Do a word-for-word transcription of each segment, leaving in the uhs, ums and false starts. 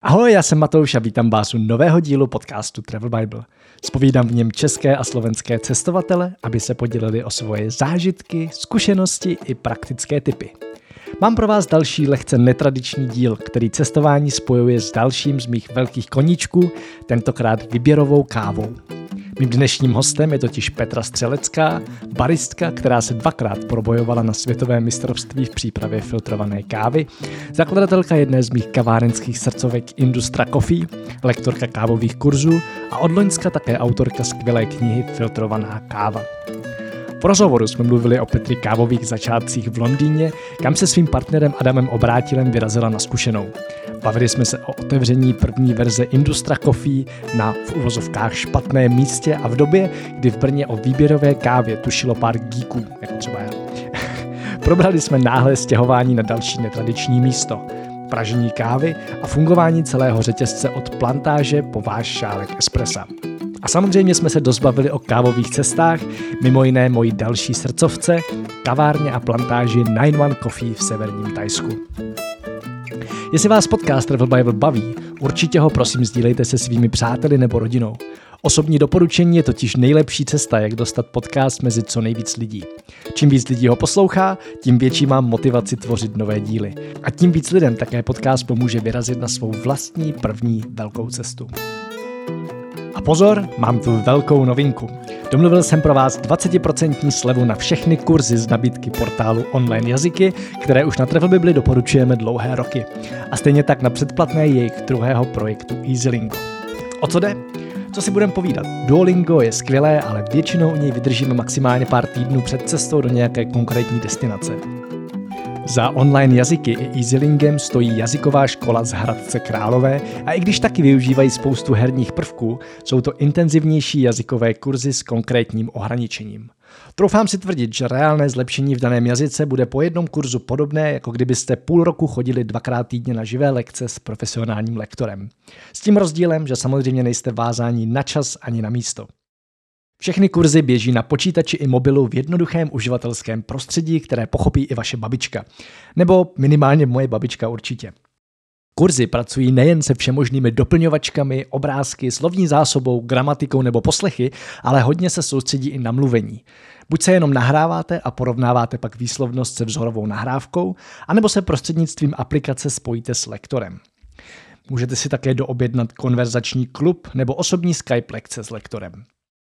Ahoj, já jsem Matouš a vítám vás u nového dílu podcastu Travel Bible. Zpovídám v něm české a slovenské cestovatele, aby se podělili o svoje zážitky, zkušenosti i praktické tipy. Mám pro vás další lehce netradiční díl, který cestování spojuje s dalším z mých velkých koníčků, tentokrát výběrovou kávou. Mým dnešním hostem je totiž Petra Střelecká, baristka, která se dvakrát probojovala na světovém mistrovství v přípravě filtrované kávy, zakladatelka jedné z mých kavárenských srdcovek Industra Coffee, lektorka kávových kurzů a od loňska také autorka skvělé knihy Filtrovaná káva. V rozhovoru jsme mluvili o Petry kávových začátcích v Londýně, kam se svým partnerem Adamem Obrátilem vyrazila na zkušenou. Bavili jsme se o otevření první verze Industra Coffee na v uvozovkách špatném místě a v době, kdy v Brně o výběrové kávě tušilo pár geeků, jako třeba já. Probrali jsme náhle stěhování na další netradiční místo, pražení kávy a fungování celého řetězce od plantáže po váš šálek espressa. A samozřejmě jsme se dozbavili o kávových cestách, mimo jiné mojí další srdcovce, kavárně a plantáži nine one Coffee v severním Thajsku. Jestli vás podcast Travel Bible baví, určitě ho prosím sdílejte se svými přáteli nebo rodinou. Osobní doporučení je totiž nejlepší cesta, jak dostat podcast mezi co nejvíc lidí. Čím víc lidí ho poslouchá, tím větší mám motivaci tvořit nové díly. A tím víc lidem také podcast pomůže vyrazit na svou vlastní první velkou cestu. A pozor, mám tu velkou novinku. Domluvil jsem pro vás dvacet procent slevu na všechny kurzy z nabídky portálu Online jazyky, které už na Travel Bibli doporučujeme dlouhé roky. A stejně tak na předplatné jejich druhého projektu EasyLingo. O co jde? Co si budeme povídat? Duolingo je skvělé, ale většinou u něj vydržíme maximálně pár týdnů před cestou do nějaké konkrétní destinace. Za online jazyky i EasyLingem stojí jazyková škola z Hradce Králové a i když taky využívají spoustu herních prvků, jsou to intenzivnější jazykové kurzy s konkrétním ohraničením. Troufám si tvrdit, že reálné zlepšení v daném jazyce bude po jednom kurzu podobné, jako kdybyste půl roku chodili dvakrát týdně na živé lekce s profesionálním lektorem. S tím rozdílem, že samozřejmě nejste vázáni na čas ani na místo. Všechny kurzy běží na počítači i mobilu v jednoduchém uživatelském prostředí, které pochopí i vaše babička. Nebo minimálně moje babička určitě. Kurzy pracují nejen se všemožnými doplňovačkami, obrázky, slovní zásobou, gramatikou nebo poslechy, ale hodně se soustředí i na mluvení. Buď se jenom nahráváte a porovnáváte pak výslovnost se vzorovou nahrávkou, anebo se prostřednictvím aplikace spojíte s lektorem. Můžete si také doobjednat konverzační klub nebo osobní Skype lekce s lektorem.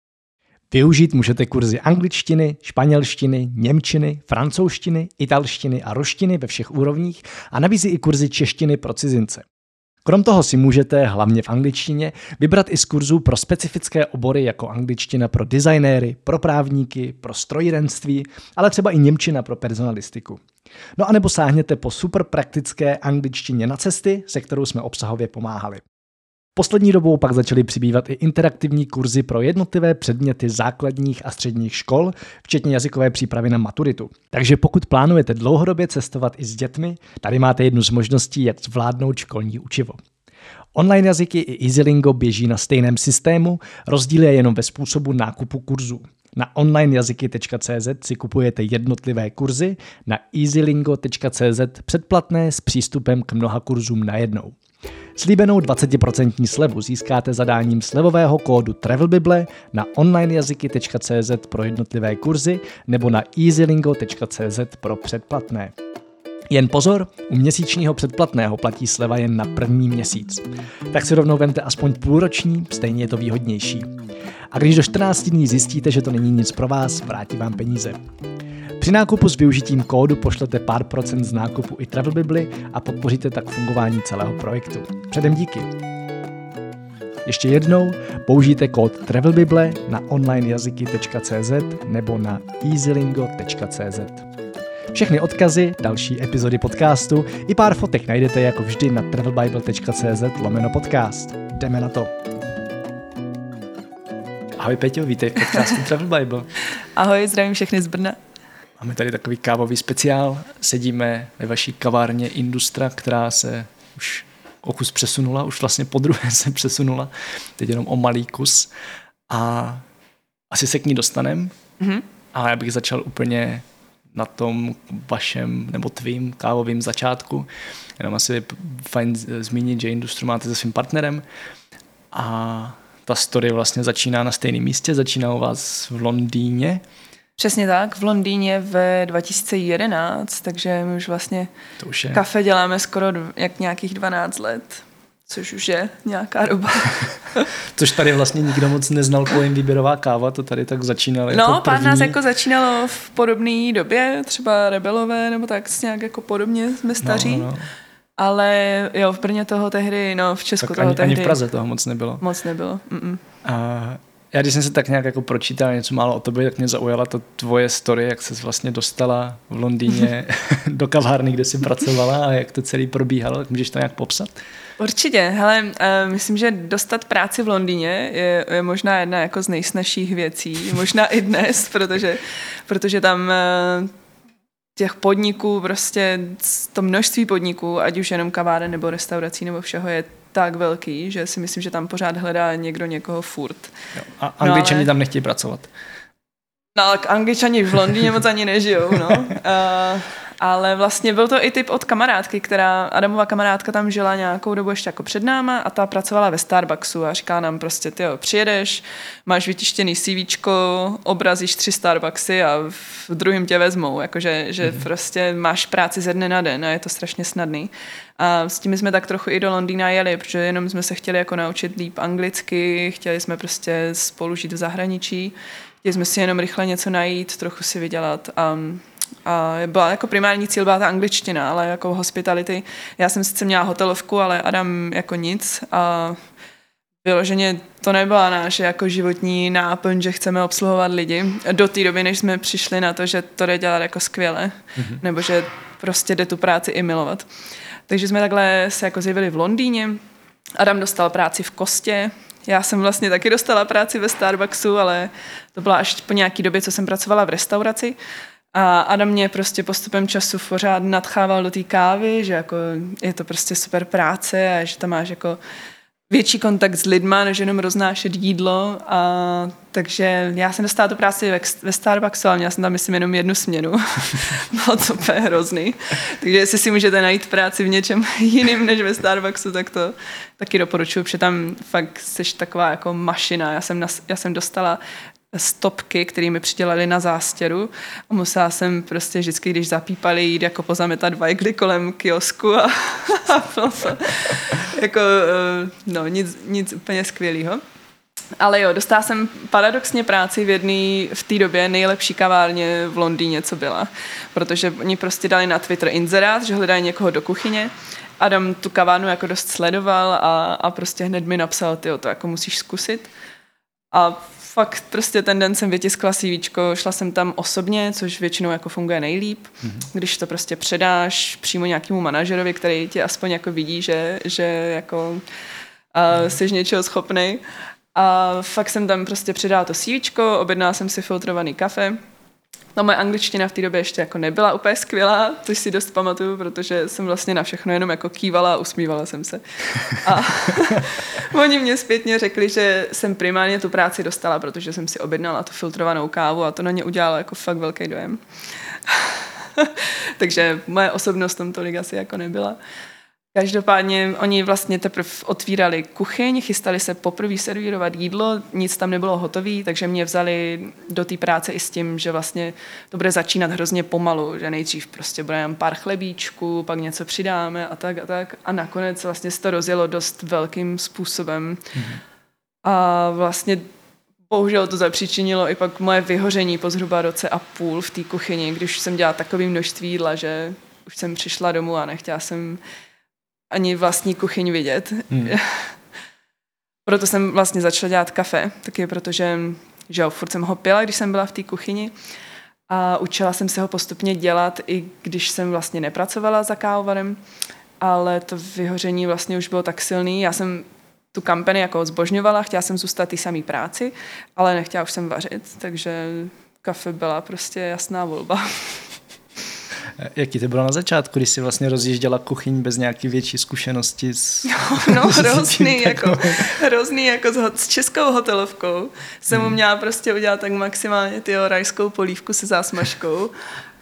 Využít můžete kurzy angličtiny, španělštiny, němčiny, francouzštiny, italštiny a ruštiny ve všech úrovních a nabízí i kurzy češtiny pro cizince. Krom toho si můžete, hlavně v angličtině, vybrat i z kurzů pro specifické obory jako angličtina pro designéry, pro právníky, pro strojírenství, ale třeba i němčina pro personalistiku. No a nebo sáhněte po super praktické angličtině na cesty, se kterou jsme obsahově pomáhali. Poslední dobou pak začaly přibývat i interaktivní kurzy pro jednotlivé předměty základních a středních škol, včetně jazykové přípravy na maturitu. Takže pokud plánujete dlouhodobě cestovat i s dětmi, tady máte jednu z možností, jak zvládnout školní učivo. Online jazyky i EasyLingo běží na stejném systému, rozdíl je jenom ve způsobu nákupu kurzů. Na onlinejazyky tečka cz si kupujete jednotlivé kurzy, na easylingo tečka cz předplatné s přístupem k mnoha kurzům najednou. Slíbenou dvacet procent slevu získáte zadáním slevového kódu Travel Bible na onlinejazyky tečka cz pro jednotlivé kurzy nebo na easylingo tečka cz pro předplatné. Jen pozor, u měsíčního předplatného platí sleva jen na první měsíc. Tak si rovnou vemte aspoň půlroční, stejně je to výhodnější. A když do čtrnácti dní zjistíte, že to není nic pro vás, vrátí vám peníze. Při nákupu s využitím kódu pošlete pár procent z nákupu i Travel Bibli a podpoříte tak fungování celého projektu. Předem díky. Ještě jednou použijte kód Travel Bible na onlinejazyky tečka cz nebo na easylingo tečka cz. Všechny odkazy, další epizody podcastu i pár fotek najdete jako vždy na travelbible tečka cz lomeno podcast. Jdeme na to. Ahoj Peťo, vítej v podcastu Travel Bible. Ahoj, zdravím všechny z Brna. Máme tady takový kávový speciál. Sedíme ve vaší kavárně Industra, která se už o kus přesunula, už vlastně podruhé se přesunula, teď jenom o malý kus. A asi se k ní dostaneme, mm-hmm. ale já bych začal úplně na tom vašem nebo tvým kávovým začátku. Jenom asi je fajn zmínit, že Industru máte se svým partnerem a ta story vlastně začíná na stejném místě, začíná u vás v Londýně. Přesně tak, v Londýně v dva tisíce jedenáct, takže my už vlastně to už je. Kafe děláme skoro jak nějakých dvanáct let, což už je nějaká doba. Což tady vlastně nikdo moc neznal pojem výběrová káva, to tady tak začínalo no, jako první. první. No, pár nás jako začínalo v podobné době, třeba Rebelové, nebo tak nějak jako podobně jsme staří. No, no. Ale jo, v Brně toho tehdy, no v Česku tak toho ani, tehdy. Ani v Praze toho moc nebylo. Moc nebylo. Mm-mm. A já když jsem se tak nějak jako pročítal něco málo o tobě, tak mě zaujala ta tvoje story, jak ses vlastně dostala v Londýně do kavárny, kde jsi pracovala a jak to celý probíhalo, tak můžeš to nějak popsat? Určitě, hele, uh, myslím, že dostat práci v Londýně je, je možná jedna jako z nejsnažších věcí, možná i dnes, protože, protože tam uh, těch podniků, prostě to množství podniků, ať už jenom kaváren nebo restaurací nebo všeho je tak velký, že si myslím, že tam pořád hledá někdo někoho furt. Jo, a Angličani no, ale... tam nechtějí pracovat. No, ale Angličani v Londýně moc ani nežijou, no. Uh, ale vlastně byl to i tip od kamarádky, která, Adamova kamarádka tam žila nějakou dobu ještě jako před náma a ta pracovala ve Starbucksu a říká nám prostě, tyjo, přijedeš, máš vytištěný CVčko, obrazíš tři Starbucksy a v druhém tě vezmou, jakože že mm-hmm. prostě máš práci ze dne na den a je to strašně snadný. A s tím jsme tak trochu i do Londýna jeli, protože jenom jsme se chtěli jako naučit líp anglicky, chtěli jsme prostě spolu žít v zahraničí, chtěli jsme si jenom rychle něco najít, trochu si vydělat a A byla jako primární cíl byla ta angličtina, ale jako hospitality. Já jsem sice měla hotelovku, ale Adam jako nic a vyloženě to nebyla náš jako životní náplň, že chceme obsluhovat lidi. Do té doby, než jsme přišli na to, že to jde dělat jako skvěle, mm-hmm. nebo že prostě jde tu práci i milovat. Takže jsme takhle se jako zjevili v Londýně. Adam dostal práci v Kostě. Já jsem vlastně taky dostala práci ve Starbucksu, ale to byla až po nějaký době, co jsem pracovala v restauraci. A Adam mě prostě postupem času pořád nadchával do té kávy, že jako je to prostě super práce a že tam máš jako větší kontakt s lidma, než jenom roznášet jídlo. A takže já jsem dostala tu práci ve, ve Starbucksu, ale měla jsem tam myslím jenom jednu směnu. Bylo to úplně hrozný. Takže jestli si můžete najít práci v něčem jiným než ve Starbucksu, tak to taky doporučuji, protože tam fakt jsi taková jako mašina. Já jsem, nas, já jsem dostala stopky, které mi přidělali na zástěru a musela jsem prostě vždycky, když zapípali, jít jako pozametat vajgly kolem kiosku a, a to, jako no, nic, nic úplně skvělého. Ale jo, dostala jsem paradoxně práci v jedné v té době nejlepší kavárně v Londýně, co byla, protože oni prostě dali na Twitter inzerát, že hledají někoho do kuchyně. Adam tu kavárnu jako dost sledoval a, a prostě hned mi napsal, tyjo, to jako musíš zkusit. A fakt prostě ten den jsem vytiskla CVčko, šla jsem tam osobně, což většinou jako funguje nejlíp, mm-hmm. když to prostě předáš přímo nějakému manažerovi, který tě aspoň jako vidí, že, že jako uh, jsi něčeho schopnej. A fakt jsem tam prostě předala to CVčko, objednala jsem si filtrovaný kafe. No, moje angličtina v té době ještě jako nebyla úplně skvělá, což si dost pamatuju, protože jsem vlastně na všechno jenom jako kývala a usmívala jsem se. A oni mě zpětně řekli, že jsem primárně tu práci dostala, protože jsem si objednala tu filtrovanou kávu a to na ně udělalo jako fakt velký dojem. Takže moje osobnost tam tolik asi jako nebyla. Každopádně oni vlastně teprve otvírali kuchyň, chystali se poprvé servírovat jídlo, nic tam nebylo hotové, takže mě vzali do té práce i s tím, že vlastně to bude začínat hrozně pomalu, že nejdřív prostě bude jen pár chlebíčků, pak něco přidáme a tak a tak a nakonec vlastně se to rozjelo dost velkým způsobem. Mm-hmm. A vlastně bohužel to zapříčinilo i pak moje vyhoření po zhruba roce a půl v té kuchyni, když jsem dělala takové množství jídla, že už jsem přišla domů a nechtěla jsem ani vlastní kuchyň vidět. Hmm. Proto jsem vlastně začala dělat kafe, taky protože že jo, furt jsem ho pila, když jsem byla v té kuchyni a učila jsem se ho postupně dělat, i když jsem vlastně nepracovala za kávovarem, ale to vyhoření vlastně už bylo tak silný. Já jsem tu kampani jako zbožňovala, chtěla jsem zůstat té samé práci, ale nechtěla už jsem vařit, takže kafe byla prostě jasná volba. Jaký to bylo na začátku, když jsi vlastně rozjížděla kuchyň bez nějaký větší zkušenosti? S, no, no hrozný, jako, hrozný, jako s, s českou hotelovkou. Jsem mu měla prostě udělat tak maximálně tyjo, rajskou polívku se zásmažkou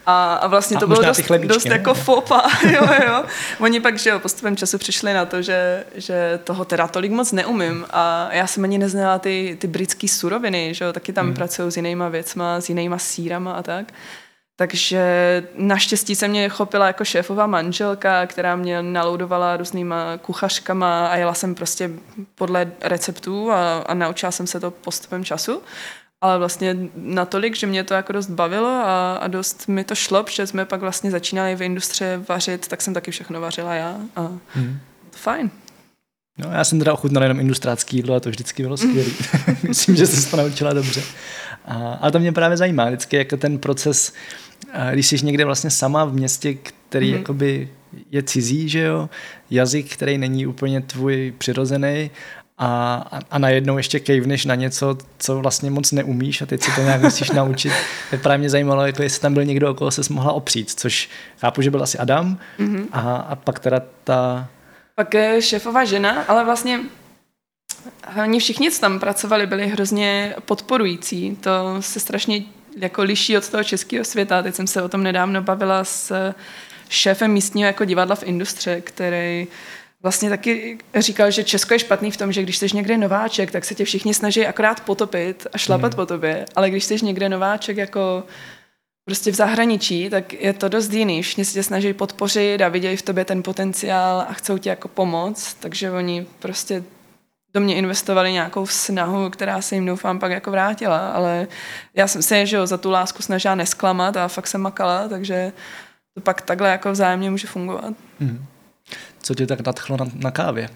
A, a vlastně a to bylo dost, chlebíčky, dost jako fopa. jo, jo. Oni pak, že jo, postupem času přišli na to, že, že toho teda tolik moc neumím a já jsem ani neznala ty, ty britský suroviny, že jo, taky tam mm. pracují s jinýma věcma, s jinýma sírama a tak. Takže naštěstí se mě chopila jako šéfová manželka, která mě naloudovala různýma kuchařkama a jela jsem prostě podle receptů a, a naučila jsem se to postupem času. Ale vlastně natolik, že mě to jako dost bavilo a, a dost mi to šlo, protože jsme pak vlastně začínali v industrii vařit, tak jsem taky všechno vařila já a hmm. to fajn. No, já jsem teda ochutnal jenom industrácký jídlo a to vždycky bylo skvělý. Myslím, že jsi to naučila dobře. A, a to mě právě zajímá vždycky, jako ten proces, když jsi někde vlastně sama v městě, který mm-hmm. jakoby je cizí, že jo, jazyk, který není úplně tvůj přirozený a, a, a najednou ještě kejvneš na něco, co vlastně moc neumíš a teď se to nějak musíš naučit. Tak právě mě zajímalo, jako jestli tam byl někdo, o koho ses mohla opřít, což chápu, že byl asi Adam mm-hmm. a, a pak teda ta... Pak je šéfová žena, ale vlastně oni všichni, co tam pracovali, byli hrozně podporující. To se strašně jako liší od toho českého světa. Teď jsem se o tom nedávno bavila s šéfem místního jako divadla v Industře, který vlastně taky říkal, že Česko je špatný v tom, že když jsi někde nováček, tak se tě všichni snaží akorát potopit a šlapat hmm. po tobě, ale když jsi někde nováček jako prostě v zahraničí, tak je to dost jiný. Všichni se tě snaží podpořit a vidějí v tobě ten potenciál a chcou ti jako pomoct, takže oni prostě do mě investovali nějakou snahu, která se jim doufám pak jako vrátila, ale já jsem se, že jo, za tu lásku snažila nesklamat a fakt jsem makala, takže to pak takhle jako vzájemně může fungovat. Hmm. Co tě tak nadchlo na, na kávě?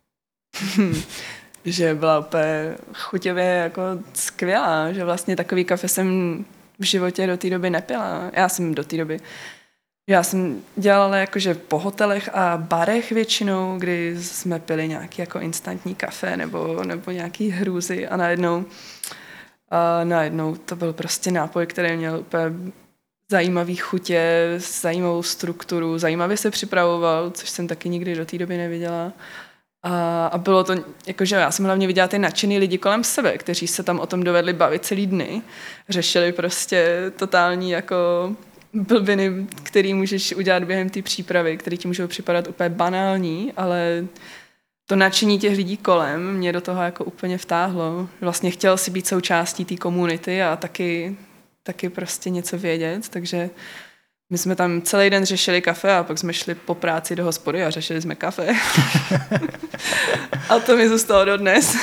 Že byla úplně chuťově jako skvělá, že vlastně takový kafe jsem v životě do té doby nepila. Já jsem do té doby Já jsem dělala jakože po hotelech a barech většinou, kdy jsme pili nějaký jako instantní kafe nebo, nebo nějaký hrůzy a najednou, a najednou to byl prostě nápoj, který měl úplně zajímavý chutě, zajímavou strukturu, zajímavě se připravoval, což jsem taky nikdy do té doby neviděla. A, a bylo to, jakože já jsem hlavně viděla ty nadšený lidi kolem sebe, kteří se tam o tom dovedli bavit celý dny. Řešili prostě totální jako blbiny, který můžeš udělat během té přípravy, které ti můžou připadat úplně banální, ale to nadšení těch lidí kolem mě do toho jako úplně vtáhlo. Vlastně chtěl si být součástí té komunity a taky, taky prostě něco vědět, takže my jsme tam celý den řešili kafe a pak jsme šli po práci do hospody a řešili jsme kafe. A to mi zůstalo dodnes.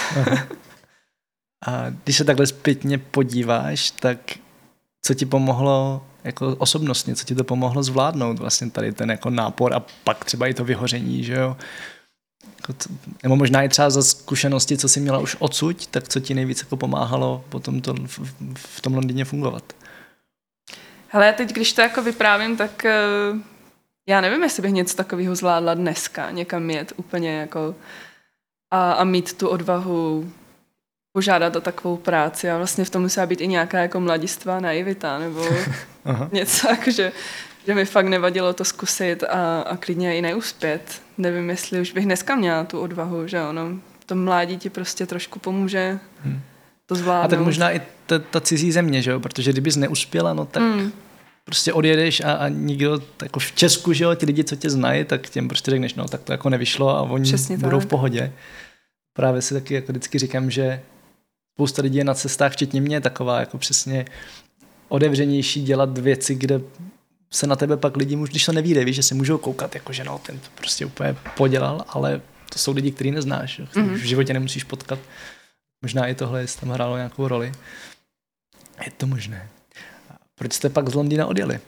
A když se takhle zpětně podíváš, tak co ti pomohlo jako osobnostně, co ti to pomohlo zvládnout vlastně tady ten jako nápor a pak třeba i to vyhoření, že jo? Jako to, nebo možná i třeba za zkušenosti, co jsi měla už odsud, tak co ti nejvíc jako pomáhalo potom to, v, v tom Londýně fungovat? Hele, teď když to jako vyprávím, tak uh, já nevím, jestli bych něco takového zvládla dneska, někam jet úplně jako a, a mít tu odvahu požádat o takovou práci a vlastně v tom musela být i nějaká jako mladistvá naivita nebo něco, jako, že, že mi fakt nevadilo to zkusit a, a klidně i neuspět. Nevím, jestli už bych dneska měla tu odvahu, že ono, to mládí ti prostě trošku pomůže hmm. to zvládnout. A tak možná i ta, ta cizí země, že jo, protože kdybys neuspěla, no tak hmm. prostě odjedeš a, a nikdo, jako v Česku, že jo, ti lidi, co tě znají, tak těm prostě řekneš, no tak to jako nevyšlo a oni Přesně budou tak. v pohodě. Právě si taky jako vždycky říkám, že spousta lidí je na cestách, včetně mě, taková jako přesně otevřenější dělat věci, kde se na tebe pak lidi, když to nevíde, víš, že se můžou koukat, jako že no, ten to prostě úplně podělal, ale to jsou lidi, který neznáš, který mm-hmm. v životě nemusíš potkat. Možná i tohle, jestli tam hrálo nějakou roli. Je to možné. Proč jste pak z Londýna odjeli?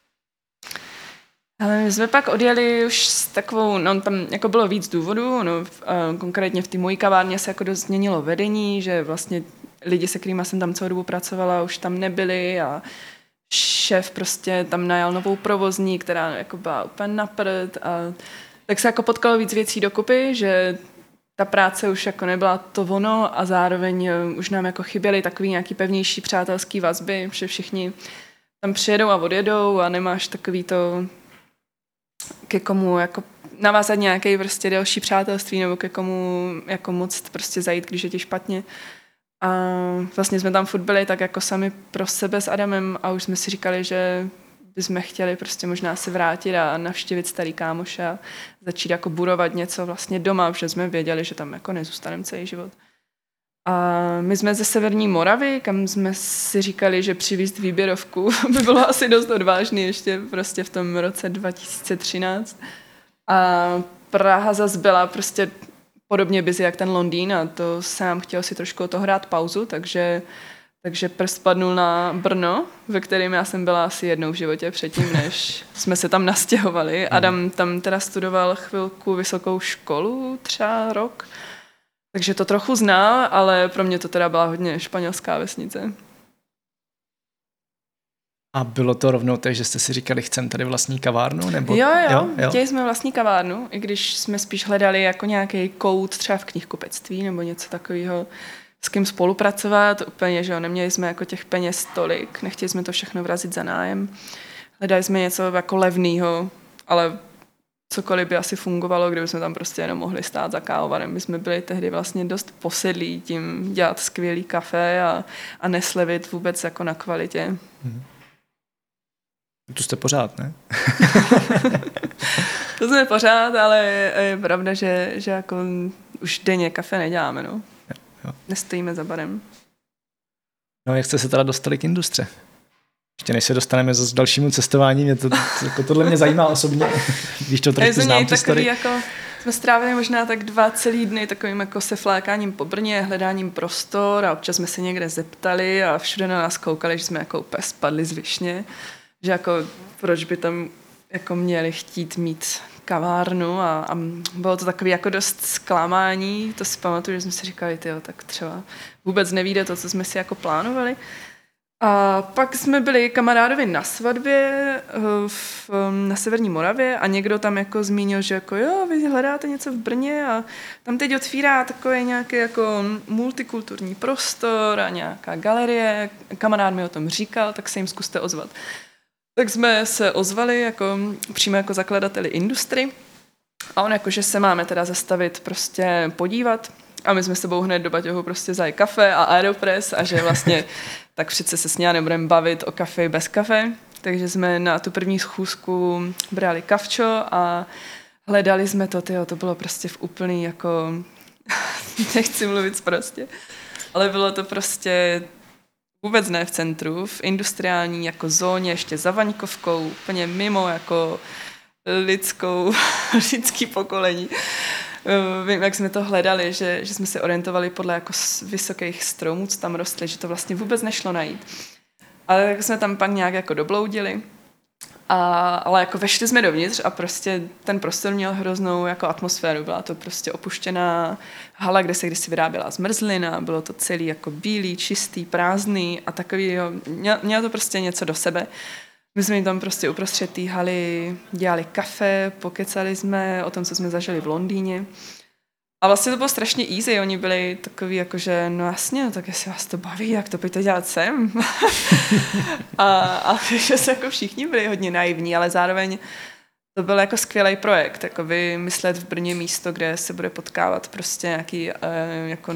Ale my jsme pak odjeli už s takovou, no tam jako bylo víc důvodů, no, v, uh, konkrétně v té mojí kavárně se jako dost změnilo vedení, že vlastně lidi, se kterými jsem tam celou dobu pracovala, už tam nebyli a šéf prostě tam najal novou provozní, která jako byla úplně na prd a tak se jako potkalo víc věcí dokupy, že ta práce už jako nebyla to ono a zároveň už nám jako chyběly takový nějaký pevnější přátelský vazby, že všichni tam přijedou a odjedou a nemáš takový to ke komu jako navázat nějaký prostě další přátelství nebo ke komu jako moc prostě zajít, když je ti špatně. A vlastně jsme tam furt byli tak jako sami pro sebe s Adamem a už jsme si říkali, že bychom chtěli prostě možná se vrátit a navštívit starý kámoše a začít jako budovat něco vlastně doma, protože jsme věděli, že tam jako nezůstaneme celý život. A my jsme ze Severní Moravy, kam jsme si říkali, že přivízt výběrovku by bylo asi dost odvážný ještě prostě v tom roce dva tisíce třináct. A Praha zase byla prostě podobně busy jak ten Londýn a to sám chtěl si trošku o to hrát pauzu, takže, takže prst padnul na Brno, ve kterém já jsem byla asi jednou v životě předtím, než jsme se tam nastěhovali. Adam tam teda studoval chvilku vysokou školu, třeba rok, takže to trochu znal, ale pro mě to teda byla hodně španělská vesnice. A bylo to rovnou tak, že jste si říkali, chcem tady vlastní kavárnu? Nebo... Jo, jo, jo, jo, chtěli jsme vlastní kavárnu, i když jsme spíš hledali jako nějaký kout třeba v knihkupectví nebo něco takového, s kým spolupracovat, úplně, že jo, neměli jsme jako těch peněz tolik, nechtěli jsme to všechno vrazit za nájem. Hledali jsme něco jako levného, ale cokoliv by asi fungovalo, kdyby jsme tam prostě jenom mohli stát za kávovarem. My jsme byli tehdy vlastně dost posedlí tím dělat skvělý kafe a, a neslevit vůbec jako na kvalitě. Hmm. Tu jste pořád, ne? To jsme pořád, ale je pravda, že, že jako už denně kafe neděláme, no. Jo, jo. Nestojíme za barem. No, jak jste se teda dostali k industře? Ještě než se dostaneme zase k dalšímu cestování, mě to, to, jako tohle mě zajímá osobně, když to trošku znám tu story. Jako, jsme strávili možná tak dva celý dny takovým jako se flákáním po Brně, hledáním prostor a občas jsme se někde zeptali a všude na nás koukali, že jsme jako úplně spadli z višně, že jako proč by tam jako měli chtít mít kavárnu a, a bylo to takový jako dost zklamání, to si pamatuju, že jsme si říkali, tyjo, tak třeba vůbec nevíde to, co jsme si jako plánovali. A pak jsme byli kamarádovi na svatbě v, na Severní Moravě a někdo tam jako zmínil, že jako jo, vy hledáte něco v Brně a tam teď otvírá takový nějaký jako multikulturní prostor a nějaká galerie. Kamarád mi o tom říkal, tak se jim zkuste ozvat. Tak jsme se ozvali jako, přímo jako zakladateli Industry a on jako, že se máme teda zastavit prostě podívat a my jsme s sebou hned do baťohu prostě vzali kafe a Aeropress a že vlastně tak přece se s ní nebudeme bavit o kafe bez kafe, takže jsme na tu první schůzku brali kavčo a hledali jsme to, tyjo, to bylo prostě v úplný jako, nechci mluvit prostě, ale bylo to prostě vůbec ne v centru, v industriální jako zóně, ještě za Vaňkovkou, úplně mimo jako lidskou, lidský pokolení. Vím, jak jsme to hledali, že, že jsme se orientovali podle jako vysokých stromů, co tam rostly, že to vlastně vůbec nešlo najít. Ale tak jsme tam pak nějak jako dobloudili. A, ale jako vešli jsme dovnitř a prostě ten prostor měl hroznou jako atmosféru. Byla to prostě opuštěná hala, kde se kdysi vyráběla zmrzlina, bylo to celý jako bílý, čistý, prázdný a takový, jo, mělo to prostě něco do sebe. My jsme jim tam prostě uprostřed té haly dělali kafe, pokecali jsme o tom, co jsme zažili v Londýně. A vlastně to bylo strašně easy, oni byli takový jakože, no jasně, no tak jestli vás to baví, jak to pojďte dělat sem. a, a že se jako všichni byli hodně naivní, ale zároveň to byl jako skvělý projekt, jako vymyslet v Brně místo, kde se bude potkávat prostě nějaký uh, jako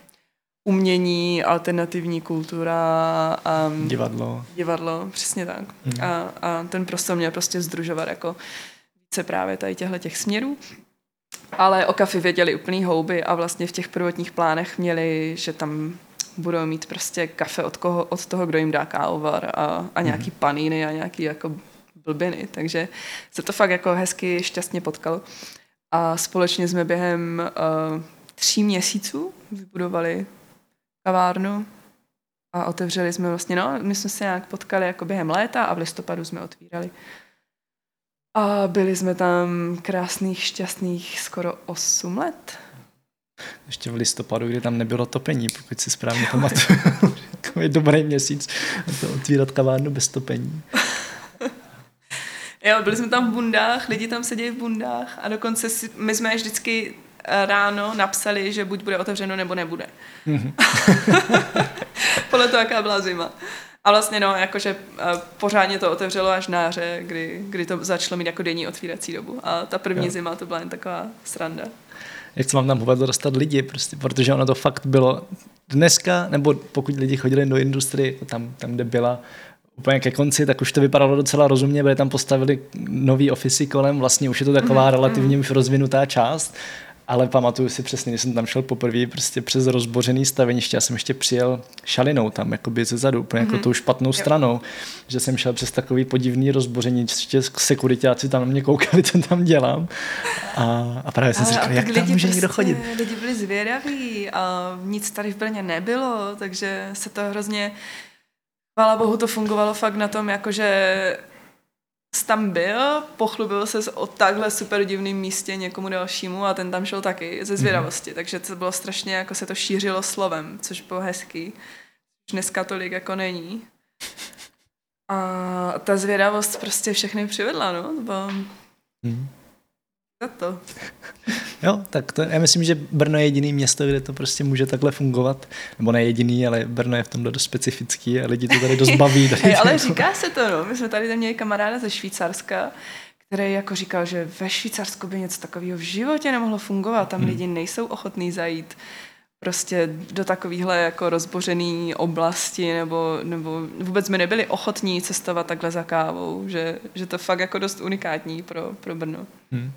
umění, alternativní kultura a divadlo. Divadlo, přesně tak. Hmm. A, a ten prostor měl prostě sdružovat jako více právě tady těchto těch směrů. Ale o kafi věděli úplný houby a vlastně v těch prvotních plánech měli, že tam budou mít prostě kafe od, koho, od toho, kdo jim dá kávovar a, a nějaký hmm. paníny a nějaký jako blbiny. Takže se to fakt jako hezky šťastně potkalo. A společně jsme během uh, tří měsíců vybudovali kavárnu a otevřeli jsme vlastně, no, my jsme se nějak potkali jako během léta a v listopadu jsme otvírali. A byli jsme tam krásných, šťastných skoro osm let. Ještě v listopadu, kdy tam nebylo topení, pokud si správně pamatuju. Takový dobrý měsíc to otvírat kavárnu bez topení. Jo, byli jsme tam v bundách, lidi tam seděli v bundách a dokonce si, my jsme vždycky ráno napsali, že buď bude otevřeno, nebo nebude. Mm-hmm. Podle toho, jaká byla zima. A vlastně no, jakože pořádně to otevřelo až na jaře, kdy, kdy to začalo mít jako denní otvírací dobu. A ta první jo. zima to byla jen taková sranda. Jak se vám tam povedlo dostat lidi, prostě, protože ono to fakt bylo dneska, nebo pokud lidi chodili do industrie, tam, tam kde byla, úplně ke konci, tak už to vypadalo docela rozumně, protože tam postavili nový ofisy kolem, vlastně už je to taková mm, relativně mm. už rozvinutá část, ale pamatuju si přesně, když jsem tam šel poprvé prostě přes rozbořený staveniště, já jsem ještě přijel šalinou tam, jakoby ze zadu, úplně mm-hmm. jako tou špatnou jo. stranou, že jsem šel přes takový podivný rozboření, ještě sekuritáci tam na mě koukali, co tam dělám a, a právě jsem si říkal, jak tam může někdo chodit. Lidi byli zvědaví a nic tady v Brně nebylo, takže se to hrozně, chvála bohu, to fungovalo fakt na tom, jakože jsi tam byl, pochlubil ses o takhle super divném místě někomu dalšímu a ten tam šel taky ze zvědavosti, mm. takže to bylo strašně, jako se to šířilo slovem, což bylo hezký. Dneska tolik jako není. A ta zvědavost prostě všechny přivedla, no, to bylo mm. to. Jo, tak to, já myslím, že Brno je jediný město, kde to prostě může takhle fungovat, nebo ne jediný, ale Brno je v tomhle dost specifický a lidi to tady dost baví. Tady hey, ale říká se to, no, my jsme tady měli kamaráda ze Švýcarska, který jako říkal, že ve Švýcarsku by něco takového v životě nemohlo fungovat, tam hmm. lidi nejsou ochotní zajít prostě do takovéhle jako rozbořený oblasti, nebo, nebo vůbec jsme nebyli ochotní cestovat takhle za kávou, že, že to fakt jako dost unikátní pro, pro Brno. Hmm.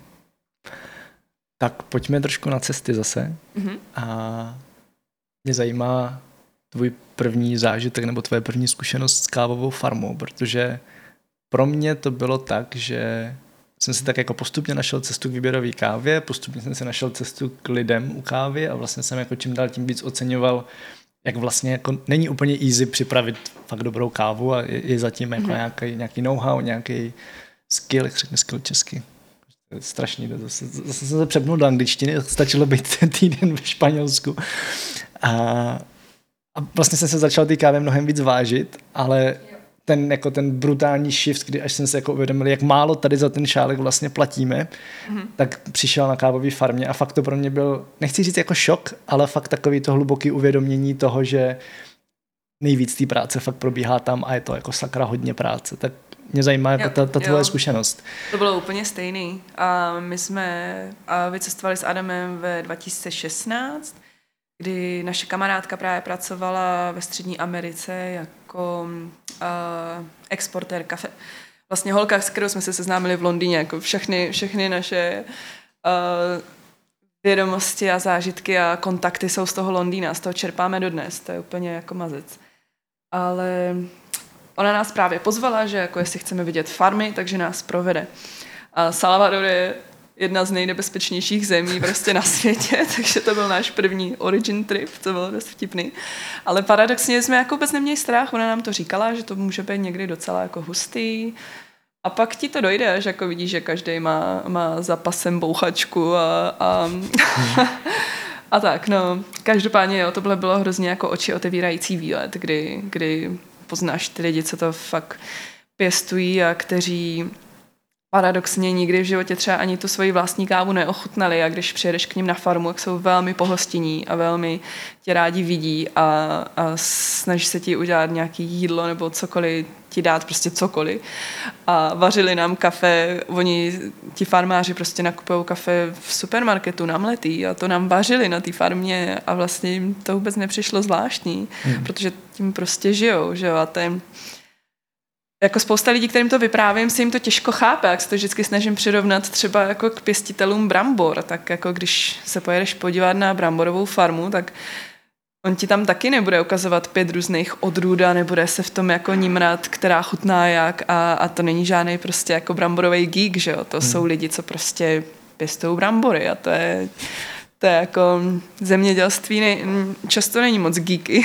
Tak pojďme trošku na cesty zase. Mm-hmm. A mě zajímá tvůj první zážitek nebo tvoje první zkušenost s kávovou farmou, protože pro mě to bylo tak, že jsem si tak jako postupně našel cestu k výběrové kávě, postupně jsem si našel cestu k lidem u kávy a vlastně jsem jako čím dál tím víc oceňoval, jak vlastně jako není úplně easy připravit fakt dobrou kávu a je, je zatím jako mm-hmm. nějaký, nějaký know-how, nějaký skill, jak řekne skill česky. Strašný, zase, zase jsem se přepnul do angličtiny, stačilo být ten týden ve Španělsku. A, a vlastně jsem se začal té kávě mnohem víc vážit, ale ten, jako ten brutální shift, kdy až jsem se jako uvědomil, jak málo tady za ten šálek vlastně platíme, mm-hmm. tak přišel na kávové farmě a fakt to pro mě byl, nechci říct jako šok, ale fakt takový to hluboký uvědomění toho, že nejvíc té práce fakt probíhá tam a je to jako sakra hodně práce. Tak mě zajímá jako ta, ta tvoje zkušenost. To bylo úplně stejný. A my jsme a vycestovali s Adamem ve dva tisíce šestnáct, kdy naše kamarádka právě pracovala ve Střední Americe jako uh, exportér kafe. Vlastně holka, s kterou jsme se seznámili v Londýně, jako všechny, všechny naše uh, vědomosti a zážitky a kontakty jsou z toho Londýna, z toho čerpáme dodnes, to je úplně jako mazec. Ale ona nás právě pozvala, že jako jestli chceme vidět farmy, takže nás provede. A Salvador je jedna z nejnebezpečnějších zemí prostě na světě, takže to byl náš první origin trip, to bylo dost vtipný. Ale paradoxně jsme jako vůbec neměli strach, ona nám to říkala, že to může být někdy docela jako hustý. A pak ti to dojde, že jako vidíš, že každý má, má za pasem bouchačku a, a, a tak, no. Každopádně jo, tohle bylo hrozně jako oči otevírající výlet, kdy, kdy poznáš ty lidi, co to fakt pěstují a kteří paradoxně nikdy v životě třeba ani tu svoji vlastní kávu neochutnali a když přijedeš k nim na farmu, tak jsou velmi pohostinní a velmi tě rádi vidí a, a snaží se ti udělat nějaké jídlo nebo cokoliv, ti dát prostě cokoliv. A vařili nám kafe, oni, ti farmáři prostě nakupují kafe v supermarketu na mletý a to nám vařili na té farmě a vlastně jim to vůbec nepřišlo zvláštní, mm. protože tím prostě žijou, že jo, a to je jako spousta lidí, kterým to vyprávím, si jim to těžko chápe, jak se to vždycky snažím přirovnat třeba jako k pěstitelům brambor, tak jako když se pojedeš podívat na bramborovou farmu, tak on ti tam taky nebude ukazovat pět různých odrůd a nebude se v tom jako nímrat, která chutná jak a, a to není žádný prostě jako bramborový geek, že jo, to hmm. jsou lidi, co prostě pěstují brambory a to je, to je jako zemědělství ne, často není moc geeky.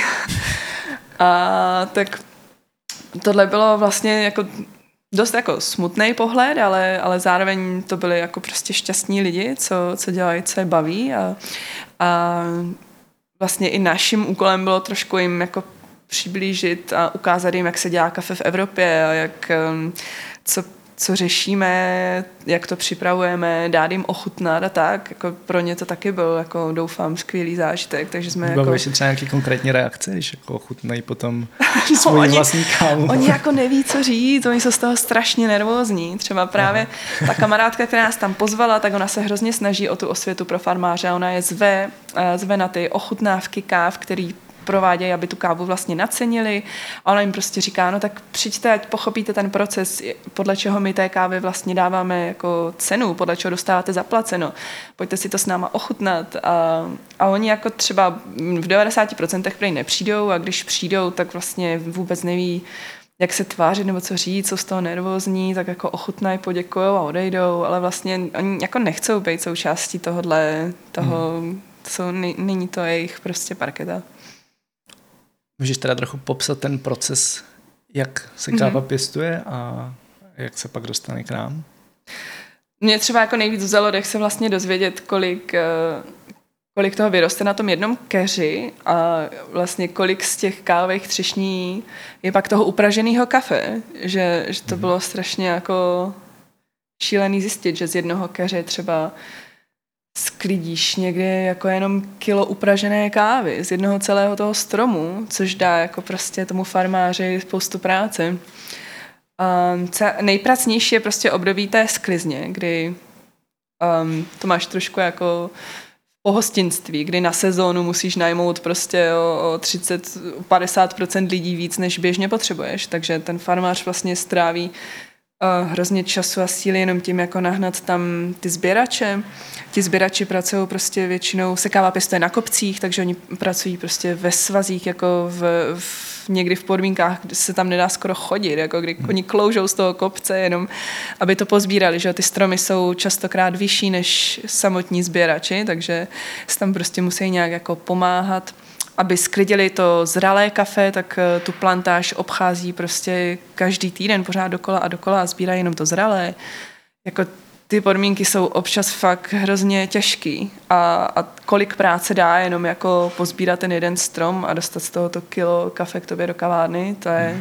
A tak tohle bylo vlastně jako dost jako smutný pohled, ale, ale zároveň to byli jako prostě šťastní lidi, co, co dělají, co je baví a, a vlastně i naším úkolem bylo trošku jim jako přiblížit a ukázat jim, jak se dělá kafe v Evropě a jak, co, co řešíme, jak to připravujeme, dát jim ochutnat a tak. Jako pro ně to taky byl, jako doufám, skvělý zážitek. Takže jsme Bavili jako... si třeba nějaký konkrétní reakce, když jako ochutnají potom no, svůj vlastní kávu? Oni jako neví, co říct, oni jsou z toho strašně nervózní. Třeba právě Aha. ta kamarádka, která nás tam pozvala, tak ona se hrozně snaží o tu osvětu pro farmáře. Ona je zve, zve na ty ochutnávky káv, který provádějí, aby tu kávu vlastně nacenili. A ona jim prostě říká, no tak přijďte, ať pochopíte ten proces, podle čeho my té kávy vlastně dáváme jako cenu, podle čeho dostáváte zaplaceno. Pojďte si to s náma ochutnat. A, a oni jako třeba v devadesát procent prej nepřijdou a když přijdou, tak vlastně vůbec neví, jak se tvářit nebo co říct, jsou z toho nervózní, tak jako ochutnají, poděkujou a odejdou, ale vlastně oni jako nechcou být součástí tohohle, toho, hmm. jsou, není to jejich prostě parketa. Můžeš teda trochu popsat ten proces, jak se káva mm-hmm. pěstuje a jak se pak dostane k nám? Mě třeba jako nejvíc vzalo, dech se vlastně dozvědět, kolik, kolik toho vyroste na tom jednom keři a vlastně kolik z těch kávových třešní je pak toho upraženého kafe, že, že to bylo strašně jako šílený zjistit, že z jednoho keře třeba sklidíš někdy jako jenom kilo upražené kávy z jednoho celého toho stromu, což dá jako prostě tomu farmáři spoustu práce. A nejpracnější je prostě období té sklizně, kdy um, to máš trošku jako pohostinství, kdy na sezónu musíš najmout prostě o, o třicet až padesát procent lidí víc, než běžně potřebuješ, takže ten farmář vlastně stráví uh, hrozně času a síly jenom tím, jako nahnat tam ty sběrače. Ti sběrači pracují prostě většinou, se káva pěstuje na kopcích, takže oni pracují prostě ve svazích, jako v, v, někdy v podmínkách, kde se tam nedá skoro chodit, jako kdy hmm. oni kloužou z toho kopce jenom, aby to pozbírali, že ty stromy jsou častokrát vyšší než samotní sběrači, takže se tam prostě musí nějak jako pomáhat. Aby sklidili to zralé kafe, tak tu plantáž obchází prostě každý týden pořád dokola a dokola a sbírají jenom to zralé. Jako ty podmínky jsou občas fakt hrozně těžký a, a kolik práce dá jenom jako pozbírat ten jeden strom a dostat z tohoto kilo kafe k tobě do kavárny, to je,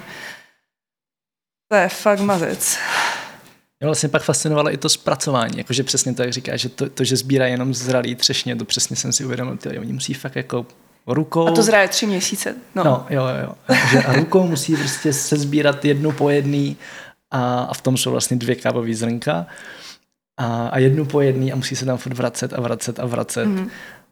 to je fakt mazec. Mě vlastně pak fascinovalo i to zpracování, jakože přesně to, jak říkáš, že to, to že sbírá jenom zralý třešně, to přesně jsem si uvědomil, tyhle, oni musí fakt jako rukou. A to zraje tři měsíce. No, no jo, jo. Že a rukou musí prostě se sbírat jednu po jedný a, a v tom jsou vlastně dvě kávové zrnka. A, a jednu po jedný a musí se tam furt vracet a vracet a vracet. Mm.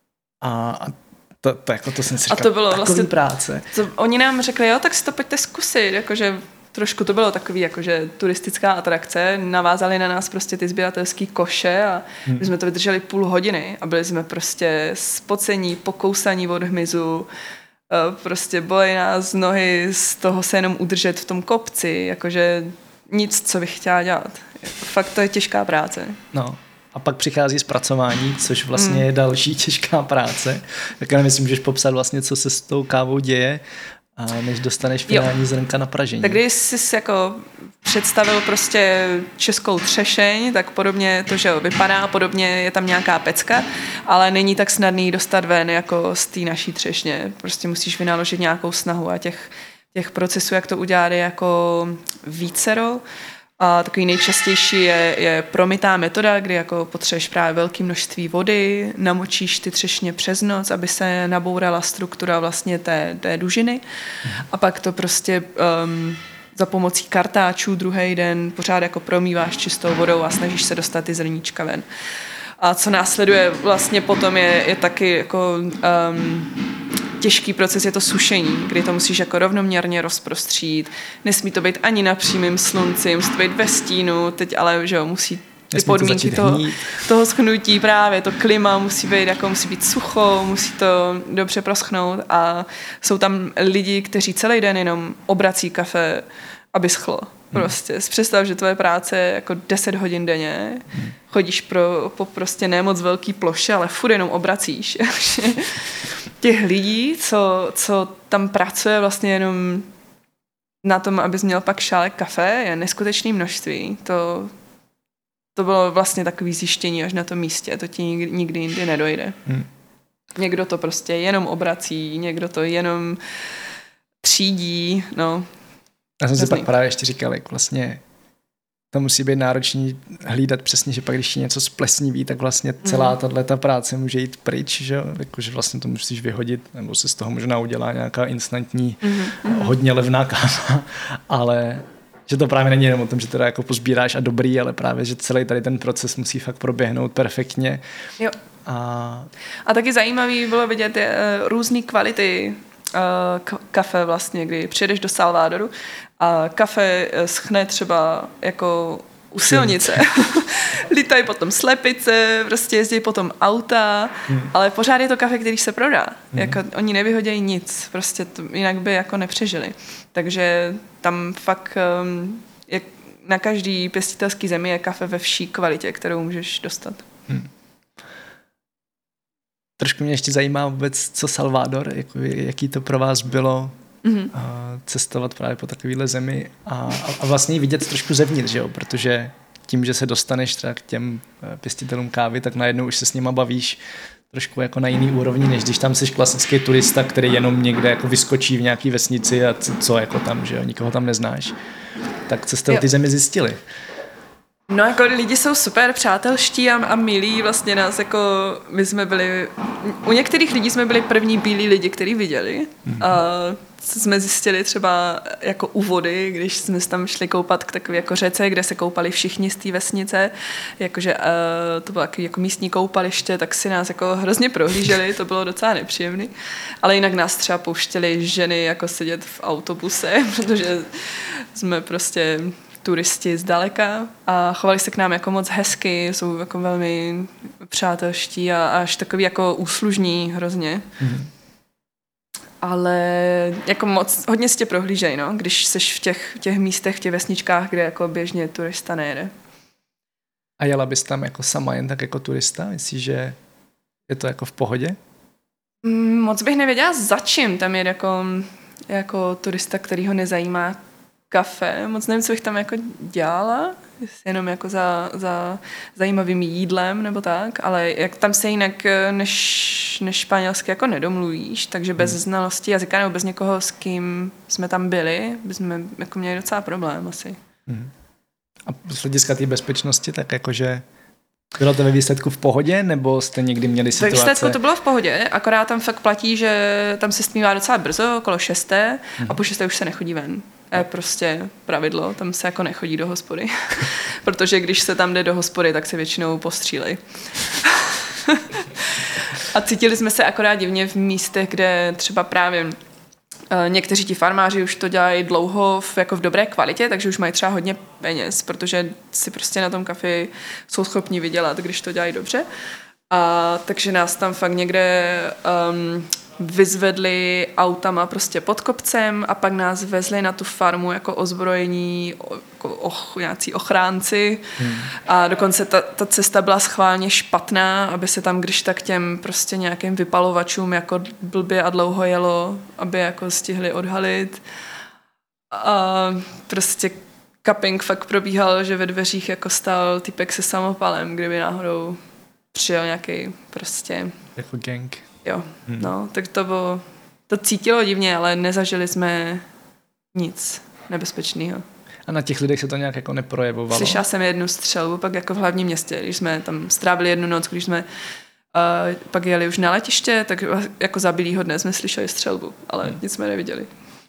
A, a to, to, jako to jsem si říkal, a to bylo takový vlastně, práce. To, oni nám řekli, jo, tak si to pojďte zkusit, jakože trošku to bylo takový, jakože turistická atrakce, navázali na nás prostě ty sběratelský koše a mm. my jsme to vydrželi půl hodiny a byli jsme prostě spocení, pokousaní od hmyzu, prostě bolej nás nohy z toho se jenom udržet v tom kopci, jakože nic, co bych chtěla dělat. Fakt to je těžká práce. No. A pak přichází zpracování, což vlastně mm. je další těžká práce. Tak já nevím, jestli můžeš popsat vlastně, co se s tou kávou děje, a než dostaneš finální jo. zrnka na pražení. Tak když jsi jako představil prostě českou třešeň, tak podobně to, že vypadá, podobně je tam nějaká pecka, ale není tak snadný dostat ven jako z té naší třešně. Prostě musíš vynaložit nějakou snahu a těch, těch procesů, jak to udělat, je jako vícero. A takový nejčastější je, je promytá metoda, kdy jako potřebuješ právě velké množství vody, namočíš ty třešně přes noc, aby se nabourala struktura vlastně té, té dužiny a pak to prostě um, za pomocí kartáčů druhý den pořád jako promýváš čistou vodou a snažíš se dostat ty zrníčka ven. A co následuje vlastně potom je, je taky jako um, těžký proces, je to sušení, kdy to musíš jako rovnoměrně rozprostřít. Nesmí to být ani na přímém slunci, musí to být ve stínu, teď ale že jo, musí ty Nesmí podmínky to toho, toho schnutí právě, to klima musí být, jako musí být sucho, musí to dobře proschnout a jsou tam lidi, kteří celý den jenom obrací kafe, aby schlo. Prostě hmm. představ, že tvoje práce je jako deset hodin denně, hmm. chodíš pro, po prostě nemoc velký ploše, ale furt jenom obracíš. Těch lidí, co, co tam pracuje vlastně jenom na tom, abys měl pak šálek kafe, je neskutečné množství. To, to bylo vlastně takové zjištění až na tom místě, to ti nikdy, nikdy jindy nedojde. Hmm. Někdo to prostě jenom obrací, někdo to jenom třídí, no. Já jsem si pak právě ještě říkal, jak vlastně to musí být náročný hlídat přesně, že pak když je něco splesniví, tak vlastně celá mm. tato práce může jít pryč, že, jakože vlastně to musíš vyhodit, nebo se z toho možná udělá nějaká instantní, mm. hodně levná káva, ale že to právě není jenom o tom, že teda jako pozbíráš a dobrý, ale právě, že celý tady ten proces musí fakt proběhnout perfektně. Jo. A, a taky zajímavý bylo vidět je, různý kvality kafe vlastně, kdy přijedeš do Salvadoru a kafe schne třeba jako u silnice. Lítají potom slepice, prostě jezdí potom auta, hmm. ale pořád je to kafe, který se prodá. Hmm. Jako, oni nevyhodějí nic, prostě to, jinak by jako nepřežili. Takže tam fakt um, je, na každý pěstitelský zemi je kafe ve vší kvalitě, kterou můžeš dostat. Hmm. Trošku mě ještě zajímá vůbec, co Salvador, jako, jaký to pro vás bylo mm-hmm. cestovat právě po takovéhle zemi a, a vlastně vidět trošku zevnitř, že jo? Protože tím, že se dostaneš třeba k těm pěstitelům kávy, tak najednou už se s nima bavíš trošku jako na jiný úrovni, než když tam jsi klasický turista, který jenom někde jako vyskočí v nějaký vesnici a co, co jako tam, že jo? Nikoho tam neznáš. Tak co jste o ty zemi zjistili? No jako lidi jsou super přátelští a, a milí, vlastně nás jako, my jsme byli, u některých lidí jsme byli první bílí lidi, který viděli. Mm-hmm. A jsme zjistili třeba jako u vody, když jsme tam šli koupat k takové jako řece, kde se koupali všichni z té vesnice, jakože uh, to bylo takový jako místní koupaliště, tak si nás jako hrozně prohlíželi, to bylo docela nepříjemné. Ale jinak nás třeba pouštěli ženy jako sedět v autobuse, protože jsme prostě turisti zdaleka a chovali se k nám jako moc hezky, jsou jako velmi přátelští a až takový jako úslužní hrozně. Mm-hmm. Ale jako moc, hodně si tě prohlížej, no, když seš v těch, těch místech, v těch vesničkách, kde jako běžně turista nejede. A jela bys tam jako sama jen tak jako turista? Myslíš, že je to jako v pohodě? Mm, moc bych nevěděla, za čím tam je jako, jako turista, který ho nezajímá kafe. Moc nevím, co bych tam jako dělala, jenom jako za, za zajímavým jídlem nebo tak, ale jak tam se jinak než, než španělsky jako nedomluvíš, takže bez hmm. znalosti jazyka nebo bez někoho, s kým jsme tam byli, bychom jako měli docela problém asi. Hmm. A z hlediska té bezpečnosti, tak jakože bylo to ve výsledku v pohodě, nebo jste někdy měli situace? Ve výsledku to bylo v pohodě, akorát tam fakt platí, že tam se stmívá docela brzo, okolo šesté, hmm. a po šesté už se nechodí ven. Je prostě pravidlo, tam se jako nechodí do hospody, protože když se tam jde do hospody, tak se většinou postřílej. A cítili jsme se akorát divně v místech, kde třeba právě uh, někteří ti farmáři už to dělají dlouho v, jako v dobré kvalitě, takže už mají třeba hodně peněz, protože si prostě na tom kafi jsou schopni vydělat, když to dělají dobře. A takže nás tam fakt někde um, vyzvedli autama prostě pod kopcem a pak nás vezli na tu farmu jako ozbrojení, jako och, nějací ochránci hmm. a dokonce ta, ta cesta byla schválně špatná, aby se tam když tak těm prostě nějakým vypalovačům jako blbě a dlouho jelo, aby jako stihli odhalit. A prostě cupping fakt probíhal, že ve dveřích jako stál týpek se samopalem, kdyby náhodou přijel nějaký prostě... Jako gang. Jo, hmm. no, tak to bylo, to cítilo divně, ale nezažili jsme nic nebezpečného. A na těch lidech se to nějak jako neprojevovalo? Slyšela jsem jednu střelbu, pak jako v hlavním městě, když jsme tam strávili jednu noc, když jsme uh, pak jeli už na letiště, tak jako za bílýho dne jsme slyšeli střelbu, ale hmm. nic jsme neviděli.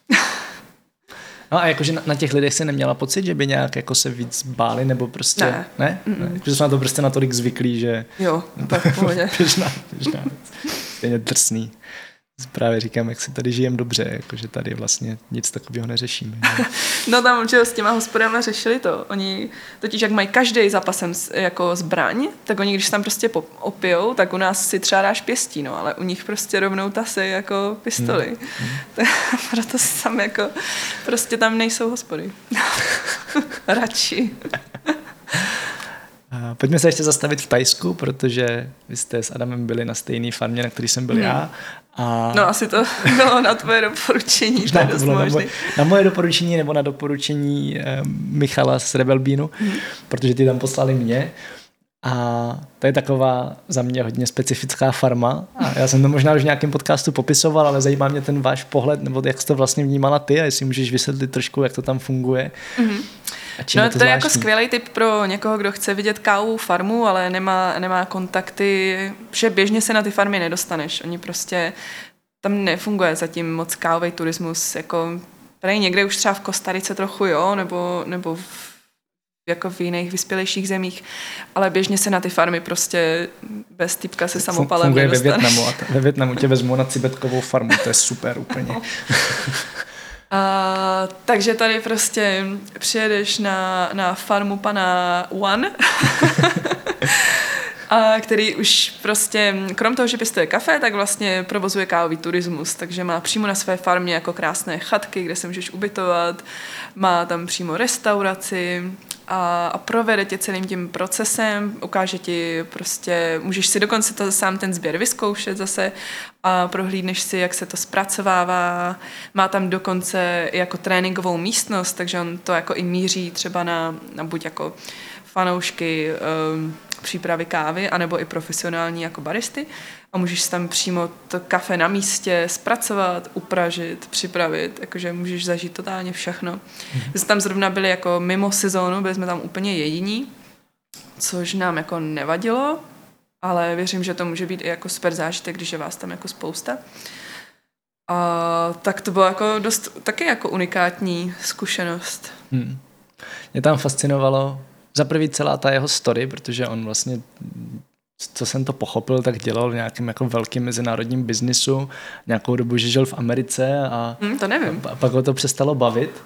No a jakože na, na těch lidech si neměla pocit, že by nějak jako se víc báli, nebo prostě... Ne. Ne? ne? Jakože jsme na to prostě natolik zvyklí, že... Jo, tak v pohodě. běžná, běžná. Stejně drsný. Právě říkám, jak si tady žijem dobře, jakože tady vlastně nic takového neřešíme. No tam určitě s těma hospodama řešili to. Oni totiž, jak mají každý zápasem jako zbraň, tak oni, když se tam prostě opijou, tak u nás si třeba dáš pěstí, no, ale u nich prostě rovnou tasy jako pistoli. Hmm. Hmm. Proto tam jako prostě tam nejsou hospody. Radši. Pojďme se ještě zastavit v Thajsku, protože vy jste s Adamem byli na stejné farmě, na který jsem byl hmm. já. A... No asi to bylo na tvoje doporučení. to to bylo na, moje, na moje doporučení nebo na doporučení eh, Michala z Rebel Beanu, hmm. protože ty tam poslali mě. A to je taková za mě hodně specifická farma. A já jsem to možná už v nějakém podcastu popisoval, ale zajímá mě ten váš pohled, nebo jak jsi to vlastně vnímala ty a jestli můžeš vysvětlit trošku, jak to tam funguje. Mm-hmm. No to, to je jako skvělý tip pro někoho, kdo chce vidět kávovou farmu, ale nemá, nemá kontakty, že běžně se na ty farmy nedostaneš. Oni prostě, tam nefunguje zatím moc kávový turismus, jako tady někde už třeba v Kostarice trochu jo, nebo, nebo v jako v jiných vyspělejších zemích, ale běžně se na ty farmy prostě bez typka se samopalem funguje nedostaneš. ve Vietnamu a t- ve Vietnamu tě vezmu na cibetkovou farmu, to je super úplně. A, takže tady prostě přijedeš na, na farmu pana One, a který už prostě, krom toho, že pěstuje kafe, tak vlastně provozuje kávový turismus, takže má přímo na své farmě jako krásné chatky, kde se můžeš ubytovat, má tam přímo restauraci a, a provede tě celým tím procesem, ukáže ti prostě, můžeš si dokonce to sám ten sběr vyzkoušet zase a prohlídneš si, jak se to zpracovává, má tam dokonce jako tréninkovou místnost, takže on to jako i míří třeba na, na buď jako fanoušky um, přípravy kávy, anebo i profesionální jako baristy a můžeš tam přímo to kafe na místě zpracovat, upražit, připravit, jakože můžeš zažít totálně všechno. Hmm. My jsme tam zrovna byli jako mimo sezónu, byli jsme tam úplně jediní, což nám jako nevadilo, ale věřím, že to může být i jako super zážitek, když je vás tam jako spousta. A tak to bylo jako dost taky jako unikátní zkušenost. Hmm. Mě tam fascinovalo za prvý celá ta jeho story, protože on vlastně, co jsem to pochopil, tak dělal v nějakém jako velkým mezinárodním biznisu, nějakou dobu, že žil v Americe a, hmm, to nevím. a pak ho to přestalo bavit.